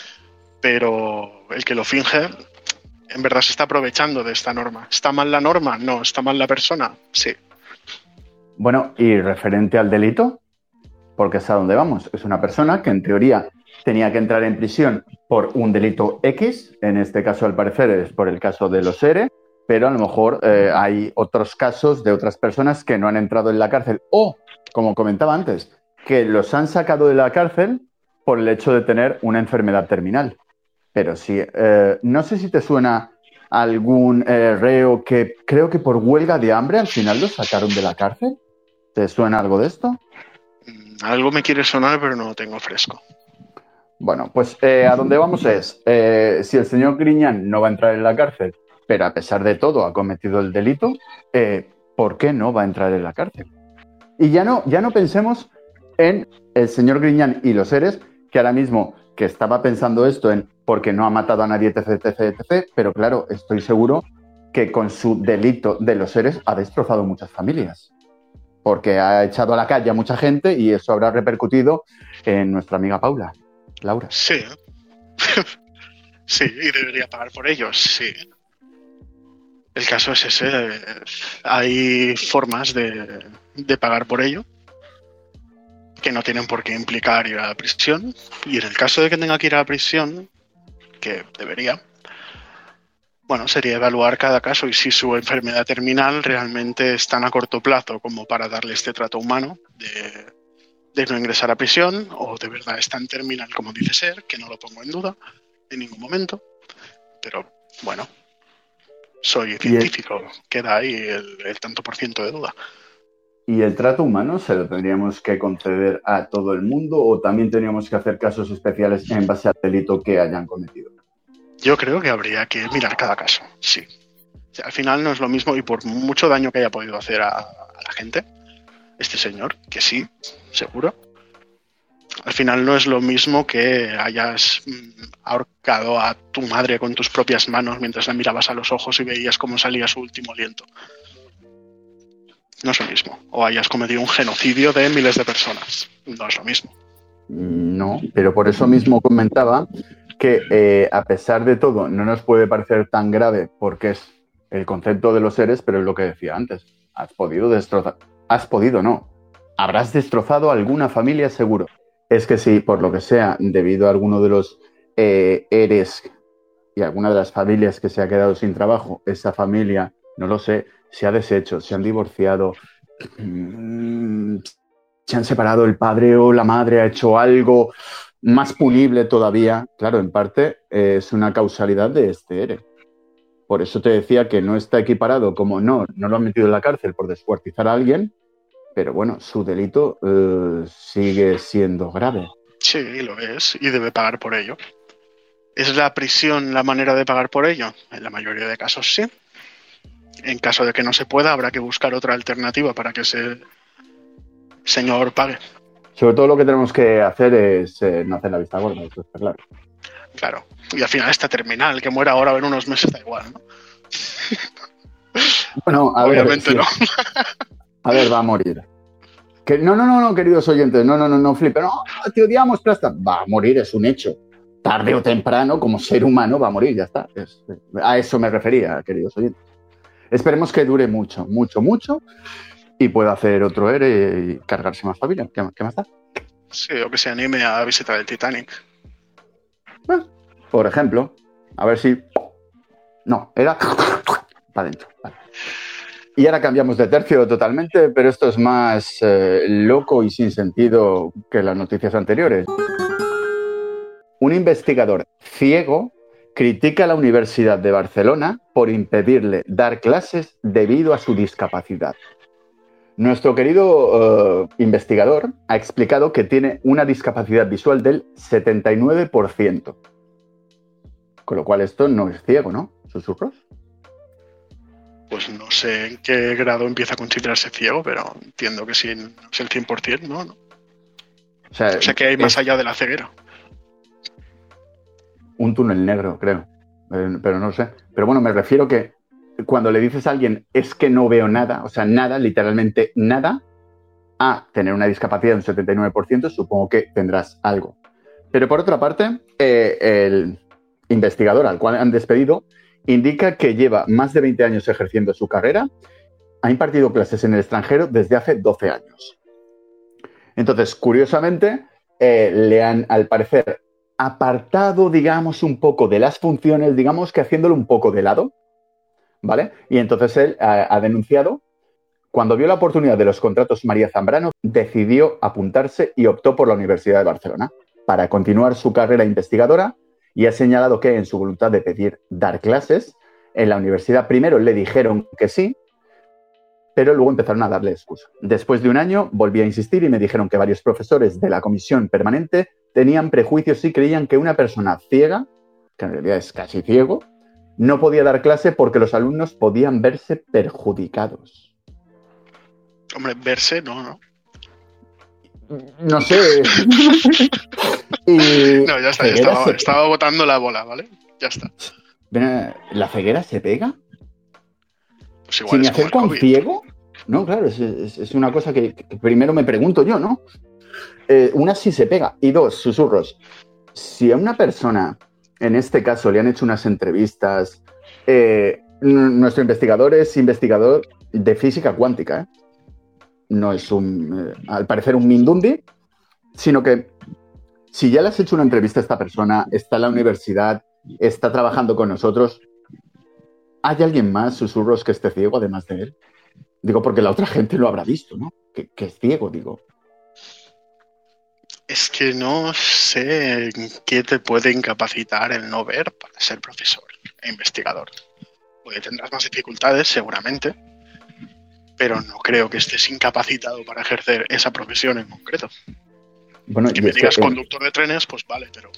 Pero el que lo finge, en verdad se está aprovechando de esta norma. ¿Está mal la norma? No. ¿Está mal la persona? Sí. Bueno, y referente al delito, porque es a dónde vamos. Es una persona que en teoría tenía que entrar en prisión por un delito X, en este caso al parecer es por el caso de los ERE, pero a lo mejor eh, hay otros casos de otras personas que no han entrado en la cárcel o, como comentaba antes, que los han sacado de la cárcel por el hecho de tener una enfermedad terminal. Pero sí, eh, no sé si te suena algún eh, reo que creo que por huelga de hambre al final lo sacaron de la cárcel. ¿Te suena algo de esto? Algo me quiere sonar, pero no lo tengo fresco. Bueno, pues eh, a dónde vamos es, eh, si el señor Griñán no va a entrar en la cárcel, pero a pesar de todo ha cometido el delito, eh, ¿por qué no va a entrar en la cárcel? Y ya no, ya no pensemos en el señor Griñán y los seres, que ahora mismo que estaba pensando esto en porque no ha matado a nadie, etc, etc, etc, pero claro, estoy seguro que con su delito de los seres ha destrozado muchas familias. Porque ha echado a la calle a mucha gente y eso habrá repercutido en nuestra amiga Paula, Laura. Sí. Sí, y debería pagar por ellos, sí. El caso es ese. Hay formas de, de pagar por ello que no tienen por qué implicar ir a la prisión. Y en el caso de que tenga que ir a la prisión, que debería, bueno, sería evaluar cada caso y si su enfermedad terminal realmente es tan a corto plazo como para darle este trato humano de, de no ingresar a prisión, o de verdad es tan terminal como dice ser, que no lo pongo en duda en ningún momento. Pero bueno, soy científico, queda ahí el, el tanto por ciento de duda. ¿Y el trato humano se lo tendríamos que conceder a todo el mundo o también tendríamos que hacer casos especiales en base al delito que hayan cometido? Yo creo que habría que mirar cada caso, sí. O sea, al final no es lo mismo, y por mucho daño que haya podido hacer a, a la gente, este señor, que sí, seguro, al final no es lo mismo que hayas mm, ahorcado a tu madre con tus propias manos mientras la mirabas a los ojos y veías cómo salía su último aliento. No es lo mismo. O hayas cometido un genocidio de miles de personas. No es lo mismo. No, pero por eso mismo comentaba que eh, a pesar de todo no nos puede parecer tan grave porque es el concepto de los seres, pero es lo que decía antes. Has podido destrozar. Has podido, no. Habrás destrozado alguna familia seguro. Es que si, por lo que sea, debido a alguno de los eh, eres y alguna de las familias que se ha quedado sin trabajo, esa familia, no lo sé, se ha deshecho, se han divorciado, mmm, se han separado, el padre o la madre ha hecho algo más punible todavía. Claro, en parte eh, es una causalidad de este ERE. Por eso te decía que no está equiparado como no, no lo han metido en la cárcel por descuartizar a alguien, pero bueno, su delito eh, sigue siendo grave. Sí, lo es, y debe pagar por ello. ¿Es la prisión la manera de pagar por ello? En la mayoría de casos sí. En caso de que no se pueda, habrá que buscar otra alternativa para que ese señor pague. Sobre todo lo que tenemos que hacer es eh, no hacer la vista gorda, eso está claro. Claro, y al final está terminal, que muera ahora o en unos meses da igual, ¿no? Bueno, a Obviamente ver, sí. no. A ver, va a morir. Que, no, no, no, no, queridos oyentes, no, no, no, no flipen. No, te odiamos, plasta. Va a morir, es un hecho. Tarde o temprano, como ser humano, va a morir, ya está. Es, a eso me refería, queridos oyentes. Esperemos que dure mucho, mucho, mucho y pueda hacer otro ERE y cargarse más familia. ¿Qué, qué más da? Sí, o que se anime a visitar el Titanic. Bueno, por ejemplo, a ver si... No, era... para adentro. Vale. Y ahora cambiamos de tercio totalmente, pero esto es más eh, loco y sin sentido que las noticias anteriores. Un investigador ciego critica a la Universidad de Barcelona por impedirle dar clases debido a su discapacidad. Nuestro querido uh, investigador ha explicado que tiene una discapacidad visual del setenta y nueve por ciento. Con lo cual esto no es ciego, ¿no? ¿Susurros? Pues no sé en qué grado empieza a considerarse ciego, pero entiendo que sí, no es el cien por ciento, ¿no? ¿no? O sea, O sea que hay más es allá de la ceguera. un túnel negro, creo. Eh, pero no sé. Pero bueno, me refiero que cuando le dices a alguien es que no veo nada, o sea, nada, literalmente nada, a tener una discapacidad de un setenta y nueve por ciento, supongo que tendrás algo. Pero por otra parte, eh, el investigador al cual han despedido indica que lleva más de veinte años ejerciendo su carrera, ha impartido clases en el extranjero desde hace doce años. Entonces, curiosamente, eh, le han, al parecer, apartado, digamos, un poco de las funciones, digamos que haciéndolo un poco de lado, ¿vale? Y entonces él ha, ha denunciado, cuando vio la oportunidad de los contratos María Zambrano, decidió apuntarse y optó por la Universidad de Barcelona para continuar su carrera investigadora y ha señalado que en su voluntad de pedir dar clases, en la universidad primero le dijeron que sí, pero luego empezaron a darle excusa. Después de un año volví a insistir y me dijeron que varios profesores de la comisión permanente tenían prejuicios y creían que una persona ciega, que en realidad es casi ciego, no podía dar clase porque los alumnos podían verse perjudicados. Hombre, verse, no, no. No sé. y No, ya está, ya estaba, se... estaba botando la bola, ¿vale? Ya está. ¿La ceguera se pega? Pues igual si es me acerco a un ciego, no, claro, es, es, es una cosa que, que primero me pregunto yo, ¿no? Eh, una, sí se pega. Y dos, susurros. Si a una persona, en este caso, le han hecho unas entrevistas, eh, nuestro investigador es investigador de física cuántica, ¿eh? No es un, eh, al parecer, un mindundi, sino que si ya le has hecho una entrevista a esta persona, está en la universidad, está trabajando con nosotros, ¿hay alguien más, susurros, que esté ciego además de él? Digo, porque la otra gente lo habrá visto, ¿no? Que, que es ciego, digo. Es que no sé en qué te puede incapacitar el no ver para ser profesor e investigador. Porque tendrás más dificultades, seguramente, pero no creo que estés incapacitado para ejercer esa profesión en concreto. Bueno, que me digas que, conductor de trenes, pues vale, pero...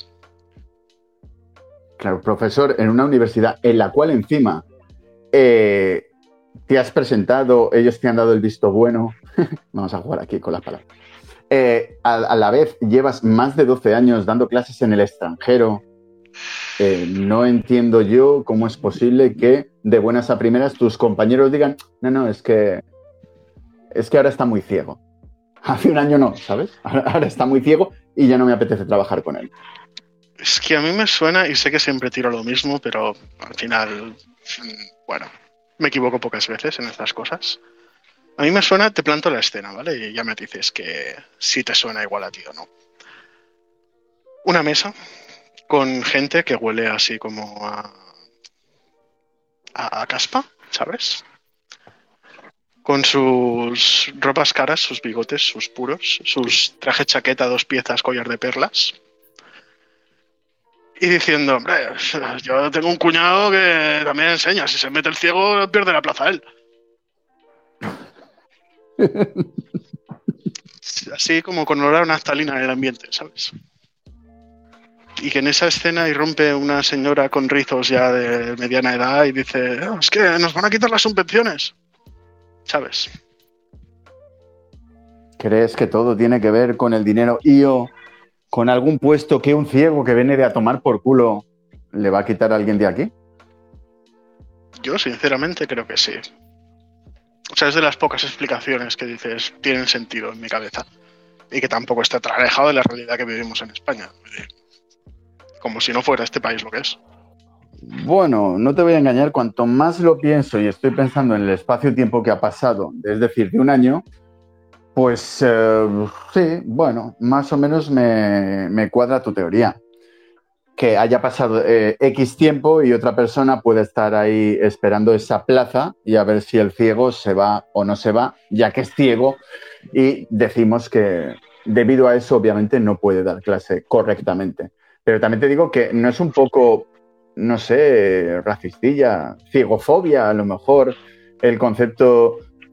Claro, profesor en una universidad en la cual encima eh, te has presentado, ellos te han dado el visto bueno. Vamos a jugar aquí con las palabras. Eh, a, a la vez llevas más de doce años dando clases en el extranjero. Eh, no entiendo yo cómo es posible que de buenas a primeras tus compañeros digan, no, no, es que es que ahora está muy ciego. Hace un año no, ¿sabes? Ahora, ahora está muy ciego y ya no me apetece trabajar con él. Es que a mí me suena, y sé que siempre tiro lo mismo, pero al final, bueno, me equivoco pocas veces en estas cosas. A mí me suena, te planto la escena, ¿vale? Y ya me dices que si te suena igual a ti o no. Una mesa con gente que huele así como a, a, a caspa, ¿sabes? Con sus ropas caras, sus bigotes, sus puros, sus trajes chaqueta, dos piezas, collar de perlas. Y diciendo, hombre, yo tengo un cuñado que también enseña, si se mete el ciego pierde la plaza él. Así como con olor a naftalina en el ambiente, ¿sabes? Y que en esa escena irrumpe una señora con rizos ya de mediana edad y dice, oh, es que nos van a quitar las subvenciones, ¿sabes? ¿Crees que todo tiene que ver con el dinero y o con algún puesto que un ciego que viene de a tomar por culo le va a quitar a alguien de aquí? Yo sinceramente creo que sí. O sea, es de las pocas explicaciones que dices tienen sentido en mi cabeza y que tampoco está tan alejado de la realidad que vivimos en España. Como si no fuera este país lo que es. Bueno, no te voy a engañar, cuanto más lo pienso y estoy pensando en el espacio-tiempo que ha pasado, es decir, de un año, pues eh, sí, bueno, más o menos me, me cuadra tu teoría. Que haya pasado eh, X tiempo y otra persona puede estar ahí esperando esa plaza y a ver si el ciego se va o no se va, ya que es ciego, y decimos que debido a eso obviamente no puede dar clase correctamente. Pero también te digo que no es un poco, no sé, racistilla, ciegofobia, a lo mejor, el concepto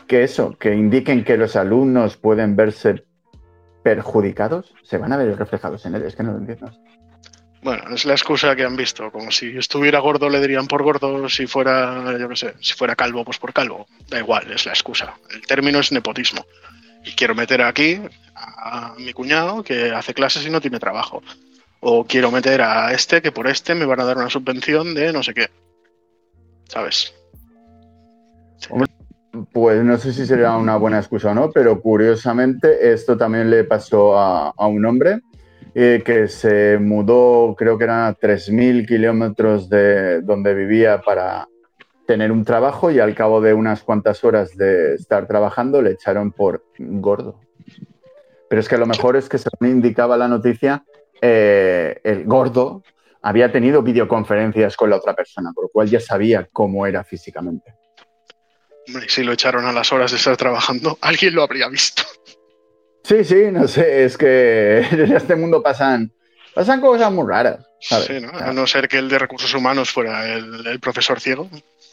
que eso, que indiquen que los alumnos pueden verse perjudicados, se van a ver reflejados en él. Es que no lo entiendo. Bueno, es la excusa que han visto. Como si estuviera gordo le dirían por gordo, si fuera, yo qué sé, si fuera calvo, pues por calvo. Da igual, es la excusa. El término es nepotismo. Y quiero meter aquí a mi cuñado que hace clases y no tiene trabajo. O quiero meter a este que por este me van a dar una subvención de no sé qué. ¿Sabes? Hombre, pues no sé si sería una buena excusa o no, pero curiosamente esto también le pasó a, a un hombre eh, que se mudó, creo que eran a tres mil kilómetros de donde vivía para tener un trabajo y al cabo de unas cuantas horas de estar trabajando le echaron por gordo. Pero es que a lo mejor es que según indicaba la noticia, eh, el gordo había tenido videoconferencias con la otra persona, por lo cual ya sabía cómo era físicamente. Hombre, y si lo echaron a las horas de estar trabajando, alguien lo habría visto. Sí, sí, no sé, es que en este mundo pasan, pasan cosas muy raras, ¿sabes? Sí, ¿no? A no ser que el de recursos humanos fuera el, el profesor ciego.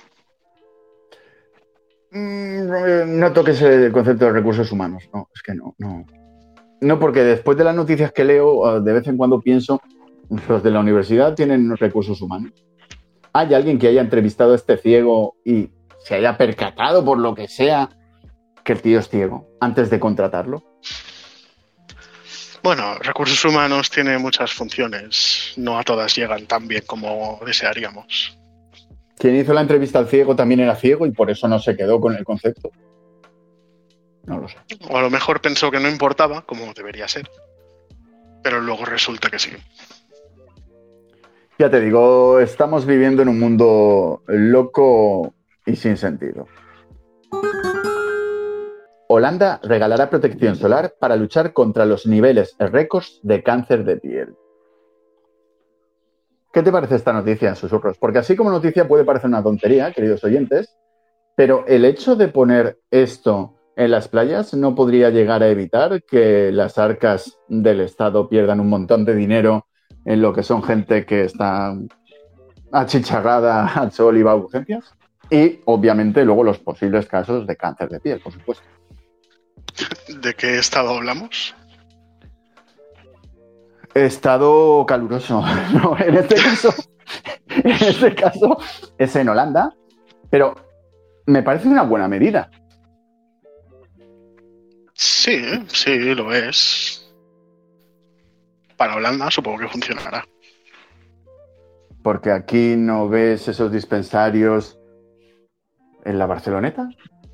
Mm, no toques el concepto de recursos humanos, no, es que no, no. No, porque después de las noticias que leo, de vez en cuando pienso, los de la universidad tienen recursos humanos. ¿Hay alguien que haya entrevistado a este ciego y se haya percatado por lo que sea que el tío es ciego antes de contratarlo? Bueno, recursos humanos tiene muchas funciones. No a todas llegan tan bien como desearíamos. Quien hizo la entrevista al ciego también era ciego y por eso no se quedó con el concepto. No lo sé. O a lo mejor pensó que no importaba, como debería ser. Pero luego resulta que sí. Ya te digo, estamos viviendo en un mundo loco y sin sentido. Holanda regalará protección solar para luchar contra los niveles récords de cáncer de piel. ¿Qué te parece esta noticia, susurros? Porque así como noticia puede parecer una tontería, queridos oyentes, pero el hecho de poner esto en las playas no podría llegar a evitar que las arcas del Estado pierdan un montón de dinero en lo que son gente que está achicharrada al sol y va a urgencias. Y, obviamente, luego los posibles casos de cáncer de piel, por supuesto. ¿De qué estado hablamos? Estado caluroso. No, en este caso, en este caso es en Holanda, pero me parece una buena medida. Sí, sí, lo es. Para Holanda supongo que funcionará. Porque aquí no ves esos dispensarios en la Barceloneta.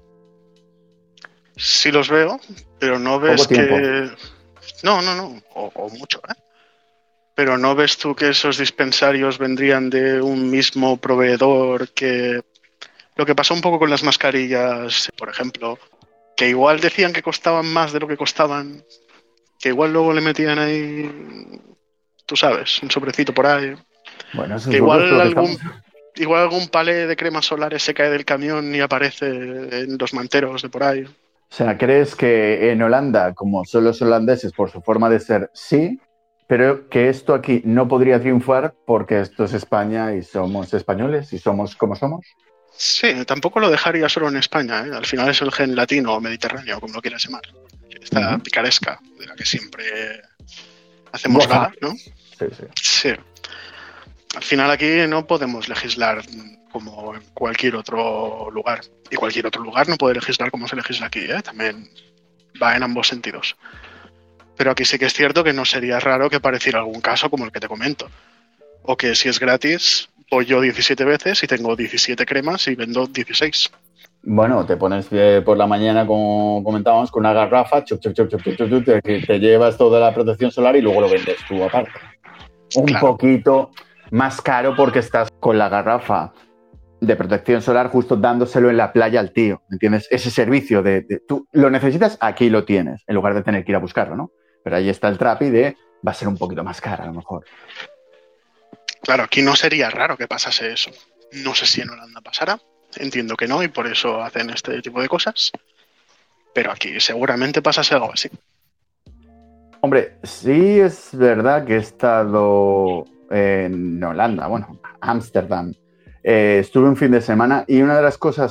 Sí los veo, pero no ves Poco tiempo. que... No, no, no, o, o mucho, ¿eh? Pero no ves tú que esos dispensarios vendrían de un mismo proveedor que... Lo que pasó un poco con las mascarillas, por ejemplo, que igual decían que costaban más de lo que costaban, que igual luego le metían ahí, tú sabes, un sobrecito por ahí. Bueno, eso Que es igual lo que algún, estamos... igual algún palé de cremas solares se cae del camión y aparece en los manteros de por ahí. O sea, ¿crees que en Holanda, como son los holandeses por su forma de ser, sí, pero que esto aquí no podría triunfar porque esto es España y somos españoles y somos como somos? Sí, tampoco lo dejaría solo en España, ¿eh? Al final es el gen latino o mediterráneo, como lo quieras llamar. Esta Uh-huh. picaresca de la que siempre hacemos Goza. gala, ¿no? Sí, sí. Sí. Al final aquí no podemos legislar como en cualquier otro lugar. Y cualquier otro lugar no puede legislar como se legisla aquí, ¿eh? También va en ambos sentidos. Pero aquí sí que es cierto que no sería raro que pareciera algún caso como el que te comento. O que si es gratis, voy yo diecisiete veces y tengo diecisiete cremas y vendo dieciséis. Bueno, te pones eh, por la mañana, como comentábamos, con una garrafa, chup, chup, chup, chup, chup, chup, te, te llevas toda la protección solar y luego lo vendes tú aparte. Un Claro. poquito más caro porque estás con la garrafa de protección solar justo dándoselo en la playa al tío, ¿entiendes? Ese servicio de, de tú lo necesitas, aquí lo tienes, en lugar de tener que ir a buscarlo, ¿no? Pero ahí está el trapi de va a ser un poquito más cara a lo mejor. Claro, aquí no sería raro que pasase eso. No sé si en Holanda pasará. Entiendo que no y por eso hacen este tipo de cosas. Pero aquí seguramente pasase algo así. Hombre, sí es verdad que he estado en Holanda, bueno, Ámsterdam. Eh, estuve un fin de semana y una de las cosas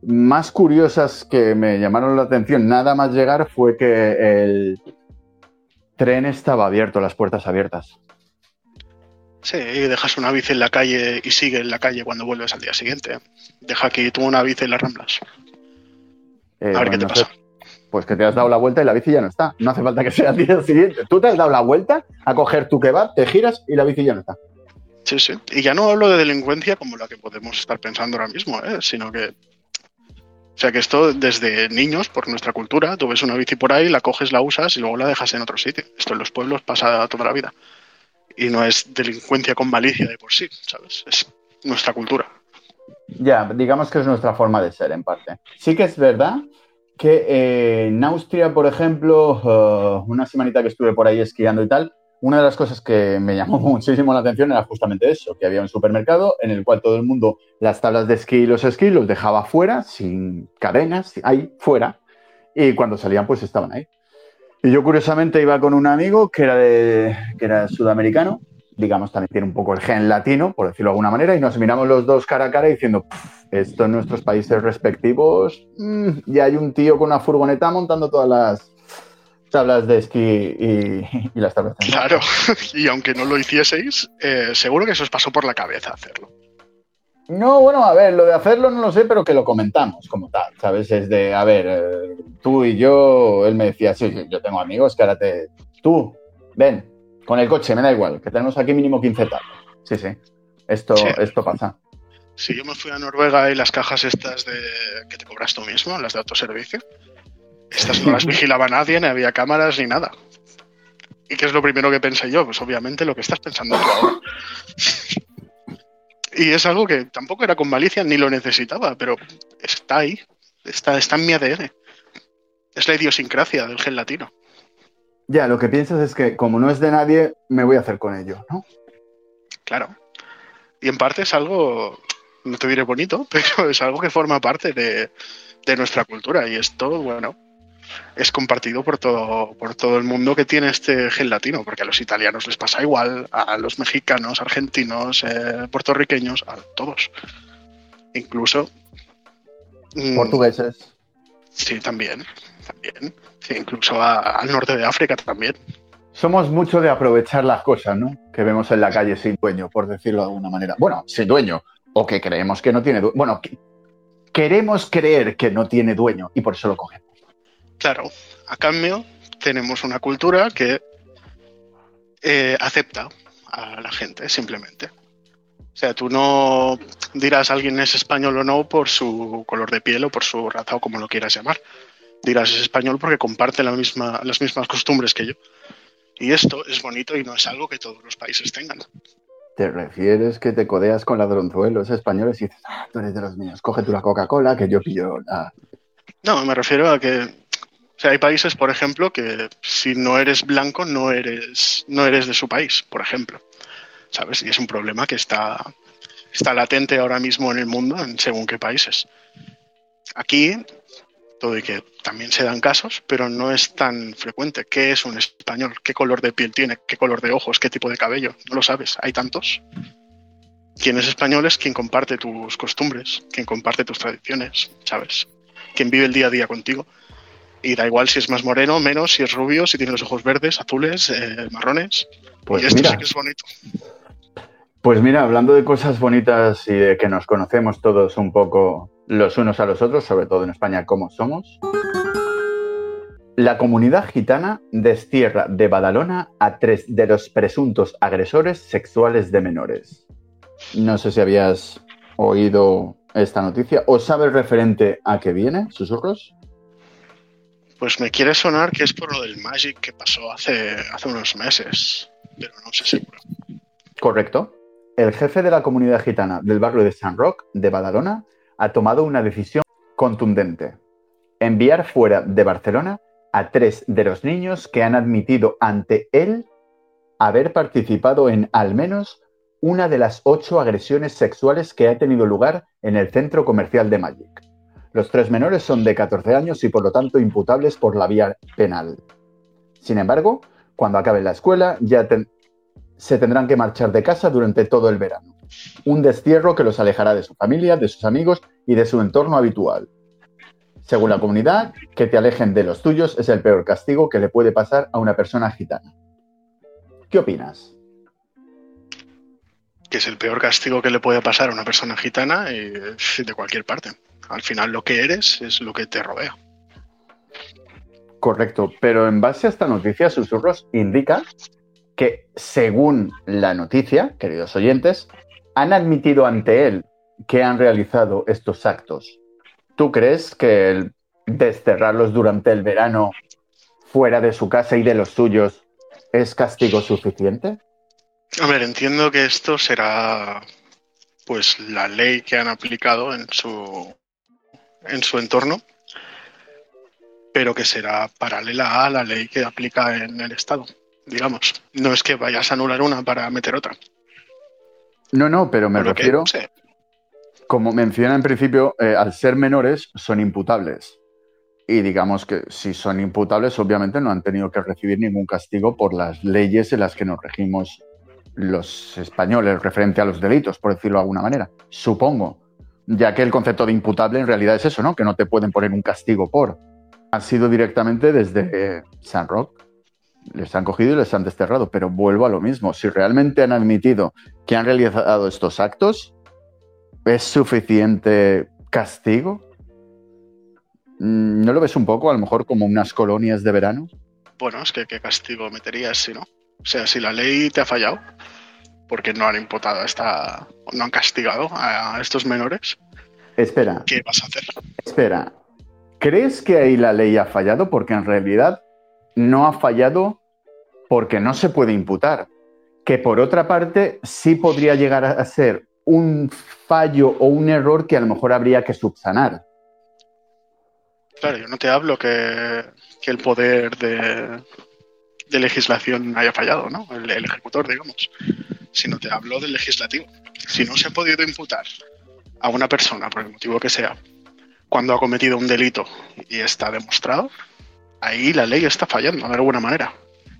más curiosas que me llamaron la atención nada más llegar fue que el tren estaba abierto, las puertas abiertas. Sí, dejas una bici en la calle y sigue en la calle cuando vuelves al día siguiente. Deja aquí tú una bici en las Ramblas. Eh, a ver bueno, qué te no pasa. sé, pues que te has dado la vuelta y la bici ya no está. No hace falta que sea al día siguiente. Tú te has dado la vuelta a coger tu kebab, te giras y la bici ya no está. Sí, sí. Y ya no hablo de delincuencia como la que podemos estar pensando ahora mismo, ¿eh? Sino que... O sea que esto desde niños, por nuestra cultura, tú ves una bici por ahí, la coges, la usas y luego la dejas en otro sitio. Esto en los pueblos pasa toda la vida. Y no es delincuencia con malicia de por sí, ¿sabes? Es nuestra cultura. Ya, digamos que es nuestra forma de ser, en parte. Sí que es verdad que eh, en Austria, por ejemplo, uh, una semanita que estuve por ahí esquiando y tal, una de las cosas que me llamó muchísimo la atención era justamente eso, que había un supermercado en el cual todo el mundo las tablas de esquí y los esquís los dejaba fuera, sin cadenas, ahí, fuera, y cuando salían pues estaban ahí. Y yo curiosamente iba con un amigo que era, de, que era sudamericano, digamos también tiene un poco el gen latino, por decirlo de alguna manera, y nos miramos los dos cara a cara diciendo, esto en nuestros países respectivos, mmm, ya hay un tío con una furgoneta montando todas las tablas de esquí y, y las tablas de esquí. Claro, y aunque no lo hicieseis, eh, seguro que eso os pasó por la cabeza hacerlo. No, bueno, a ver, lo de hacerlo no lo sé, pero que lo comentamos como tal, ¿sabes? Es de, a ver, eh, tú y yo, él me decía, sí, sí, yo tengo amigos que ahora te... Tú, ven, con el coche, me da igual, que tenemos aquí mínimo quince tablas. Sí, sí, esto, Sí. esto pasa. Si yo me fui a Noruega y las cajas estas de que te cobras tú mismo, las de autoservicio, estas no las vigilaba nadie, ni había cámaras ni nada. ¿Y qué es lo primero que pensé yo? Pues obviamente lo que estás pensando tú ahora. Y es algo que tampoco era con malicia ni lo necesitaba, pero está ahí, está, está en mi A D N. Es la idiosincrasia del gen latino. Ya, lo que piensas es que como no es de nadie, me voy a hacer con ello, ¿no? Claro. Y en parte es algo, no te diré bonito, pero es algo que forma parte de, de nuestra cultura. Y esto, bueno, es compartido por todo, por todo el mundo que tiene este gen latino, porque a los italianos les pasa igual, a los mexicanos, argentinos, eh, puertorriqueños, a todos. Incluso... mmm, Portugueses. Sí, también, también. Sí, incluso a, al norte de África también. Somos mucho de aprovechar las cosas, ¿no? Que vemos en la calle sin dueño, por decirlo de alguna manera. Bueno, sin dueño, o que creemos que no tiene dueño. Bueno, que queremos creer que no tiene dueño y por eso lo cogemos. Claro, a cambio tenemos una cultura que eh, acepta a la gente, simplemente. O sea, tú no dirás a alguien es español o no por su color de piel o por su raza o como lo quieras llamar. Dirás es español porque comparte la misma, las mismas costumbres que yo. Y esto es bonito y no es algo que todos los países tengan. ¿Te refieres que te codeas con ladronzuelos españoles y dices, ah, tú eres de los míos, coge tú la Coca-Cola que yo pillo la... No, me refiero a que o sea, hay países, por ejemplo, que si no eres blanco no eres, no eres de su país, por ejemplo. ¿Sabes? Y es un problema que está, está latente ahora mismo en el mundo, en según qué países. Aquí, todo y que también se dan casos, pero no es tan frecuente. ¿Qué es un español? ¿Qué color de piel tiene? ¿Qué color de ojos? ¿Qué tipo de cabello? No lo sabes. Hay tantos. Quien es español es quien comparte tus costumbres, quien comparte tus tradiciones, ¿sabes? Quien vive el día a día contigo. Y da igual si es más moreno, menos, si es rubio, si tiene los ojos verdes, azules, eh, marrones. Pues y esto mira, sí que es bonito. Pues mira, hablando de cosas bonitas y de que nos conocemos todos un poco los unos a los otros, sobre todo en España como somos, la comunidad gitana destierra de Badalona a tres de los presuntos agresores sexuales de menores. No sé si habías oído esta noticia o sabes referente a qué viene, susurros. Pues me quiere sonar que es por lo del Magic que pasó hace, hace unos meses, pero no sé seguro. Correcto. El jefe de la comunidad gitana del barrio de San Roc, de Badalona, ha tomado una decisión contundente. Enviar fuera de Barcelona a tres de los niños que han admitido ante él haber participado en al menos una de las ocho agresiones sexuales que ha tenido lugar en el centro comercial de Magic. Los tres menores son de catorce años y por lo tanto imputables por la vía penal. Sin embargo, cuando acaben la escuela ya ten- se tendrán que marchar de casa durante todo el verano. Un destierro que los alejará de su familia, de sus amigos y de su entorno habitual. Según la comunidad, que te alejen de los tuyos es el peor castigo que le puede pasar a una persona gitana. ¿Qué opinas? Que es el peor castigo que le puede pasar a una persona gitana y de cualquier parte. Al final lo que eres es lo que te rodea. Correcto, pero en base a esta noticia, Susurros indica que, según la noticia, queridos oyentes, han admitido ante él que han realizado estos actos. ¿Tú crees que el desterrarlos durante el verano fuera de su casa y de los suyos es castigo suficiente? A ver, entiendo que esto será pues la ley que han aplicado en su en su entorno, pero que será paralela a la ley que aplica en el Estado, digamos. No es que vayas a anular una para meter otra. No, no, pero me Por lo refiero, que sé. como menciona en principio, eh, al ser menores son imputables. Y digamos que si son imputables, obviamente no han tenido que recibir ningún castigo por las leyes en las que nos regimos los españoles referente a los delitos, por decirlo de alguna manera. Supongo, ya que el concepto de imputable en realidad es eso, ¿no? Que no te pueden poner un castigo por. Ha sido directamente desde eh, San Roque. Les han cogido y les han desterrado, pero vuelvo a lo mismo. Si realmente han admitido que han realizado estos actos, ¿es suficiente castigo? ¿No lo ves un poco, a lo mejor, como unas colonias de verano? Bueno, es que qué castigo meterías si no. O sea, si la ley te ha fallado, porque no han imputado a esta, no han castigado a estos menores, Espera, ¿qué vas a hacer? espera. ¿Crees que ahí la ley ha fallado? Porque en realidad no ha fallado porque no se puede imputar. Que por otra parte sí podría llegar a ser un fallo o un error que a lo mejor habría que subsanar. Claro, yo no te hablo que, que el poder de, de legislación haya fallado, ¿no? El, el ejecutor, digamos. Sino te hablo del legislativo. Si no se ha podido imputar a una persona, por el motivo que sea, cuando ha cometido un delito y está demostrado, ahí la ley está fallando de alguna manera.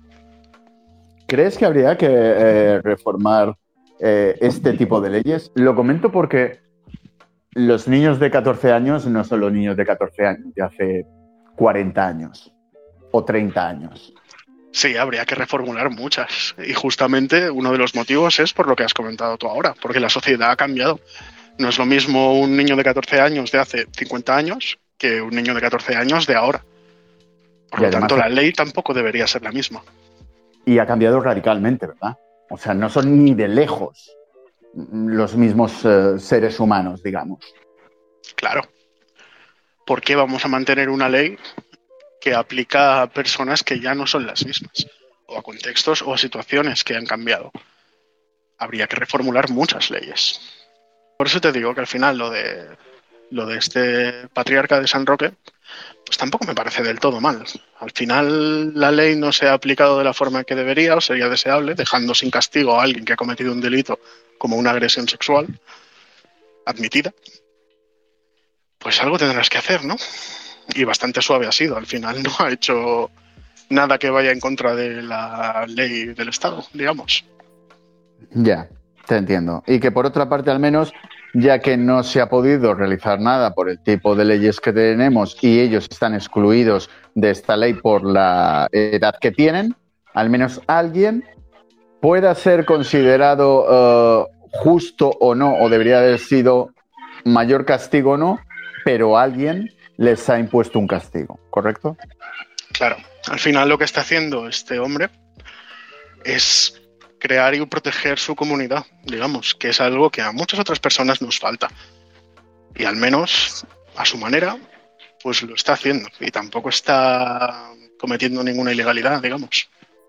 ¿Crees que habría que eh, reformar eh, este tipo de leyes? Lo comento porque los niños de catorce años no son los niños de catorce años de hace cuarenta años o treinta años. Sí, habría que reformular muchas. Y justamente uno de los motivos es por lo que has comentado tú ahora, porque la sociedad ha cambiado. No es lo mismo un niño de catorce años de hace cincuenta años que un niño de catorce años de ahora. Por Y lo además- tanto, la ley tampoco debería ser la misma. Y ha cambiado radicalmente, ¿verdad? O sea, no son ni de lejos los mismos eh, seres humanos, digamos. Claro. ¿Por qué vamos a mantener una ley que aplica a personas que ya no son las mismas? O a contextos o a situaciones que han cambiado. Habría que reformular muchas leyes. Por eso te digo que al final lo de lo de este patriarca de San Roque, pues tampoco me parece del todo mal. Al final la ley no se ha aplicado de la forma que debería o sería deseable, dejando sin castigo a alguien que ha cometido un delito como una agresión sexual admitida. Pues algo tendrás que hacer, ¿no? Y bastante suave ha sido. Al final no ha hecho nada que vaya en contra de la ley del Estado, digamos. Ya, te entiendo. Y que por otra parte, al menos, ya que no se ha podido realizar nada por el tipo de leyes que tenemos y ellos están excluidos de esta ley por la edad que tienen, al menos alguien pueda ser considerado uh, justo o no, o debería haber sido mayor castigo o no, pero alguien les ha impuesto un castigo, ¿correcto? Claro, al final lo que está haciendo este hombre es crear y proteger su comunidad, digamos, que es algo que a muchas otras personas nos falta. Y al menos, a su manera, pues lo está haciendo. Y tampoco está cometiendo ninguna ilegalidad, digamos.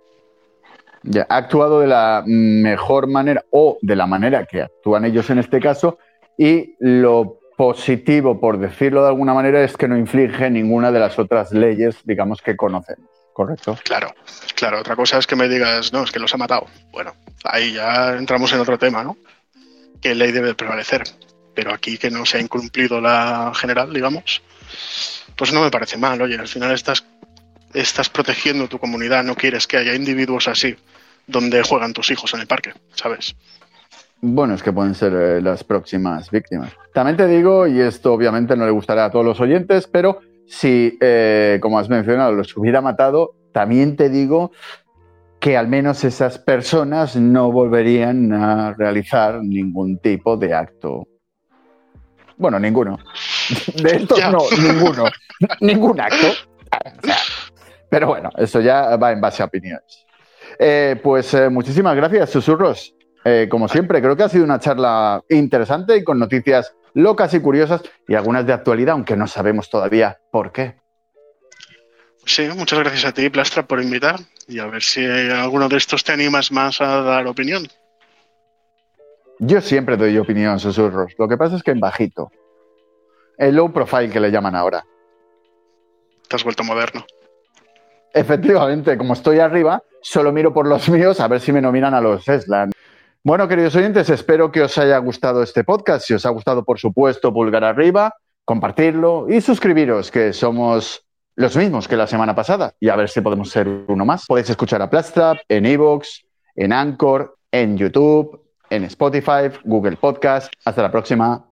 Ya, ha actuado de la mejor manera o de la manera que actúan ellos en este caso, y lo positivo, por decirlo de alguna manera, es que no inflige ninguna de las otras leyes, digamos, que conocemos, ¿correcto? Claro, claro. Otra cosa es que me digas, no, es que los ha matado. Bueno, ahí ya entramos en otro tema, ¿no? ¿Qué ley debe prevalecer? Pero aquí que no se ha incumplido la general, digamos, pues no me parece mal. Oye, al final estás, estás protegiendo tu comunidad, no quieres que haya individuos así donde juegan tus hijos en el parque, ¿sabes? Bueno, es que pueden ser eh, las próximas víctimas. También te digo, y esto obviamente no le gustará a todos los oyentes, pero si, eh, como has mencionado, los hubiera matado, también te digo que al menos esas personas no volverían a realizar ningún tipo de acto. Bueno, ninguno. De estos Ya. no, ninguno. Ningún acto. O sea, pero bueno, eso ya va en base a opiniones. Eh, pues eh, muchísimas gracias, Susurros. Eh, como siempre, creo que ha sido una charla interesante y con noticias locas y curiosas y algunas de actualidad, aunque no sabemos todavía por qué. Sí, muchas gracias a ti, Plastra, por invitar. Y a ver si alguno de estos te animas más a dar opinión. Yo siempre doy opinión, Susurros. Lo que pasa es que en bajito. El low profile que le llaman ahora. Te has vuelto moderno. Efectivamente, como estoy arriba, solo miro por los míos a ver si me nominan a los Eslan. Bueno, queridos oyentes, espero que os haya gustado este podcast. Si os ha gustado, por supuesto, pulgar arriba, compartirlo y suscribiros, que somos los mismos que la semana pasada. Y a ver si podemos ser uno más. Podéis escuchar a Plastrap en iVoox, en Anchor, en YouTube, en Spotify, Google Podcast. Hasta la próxima.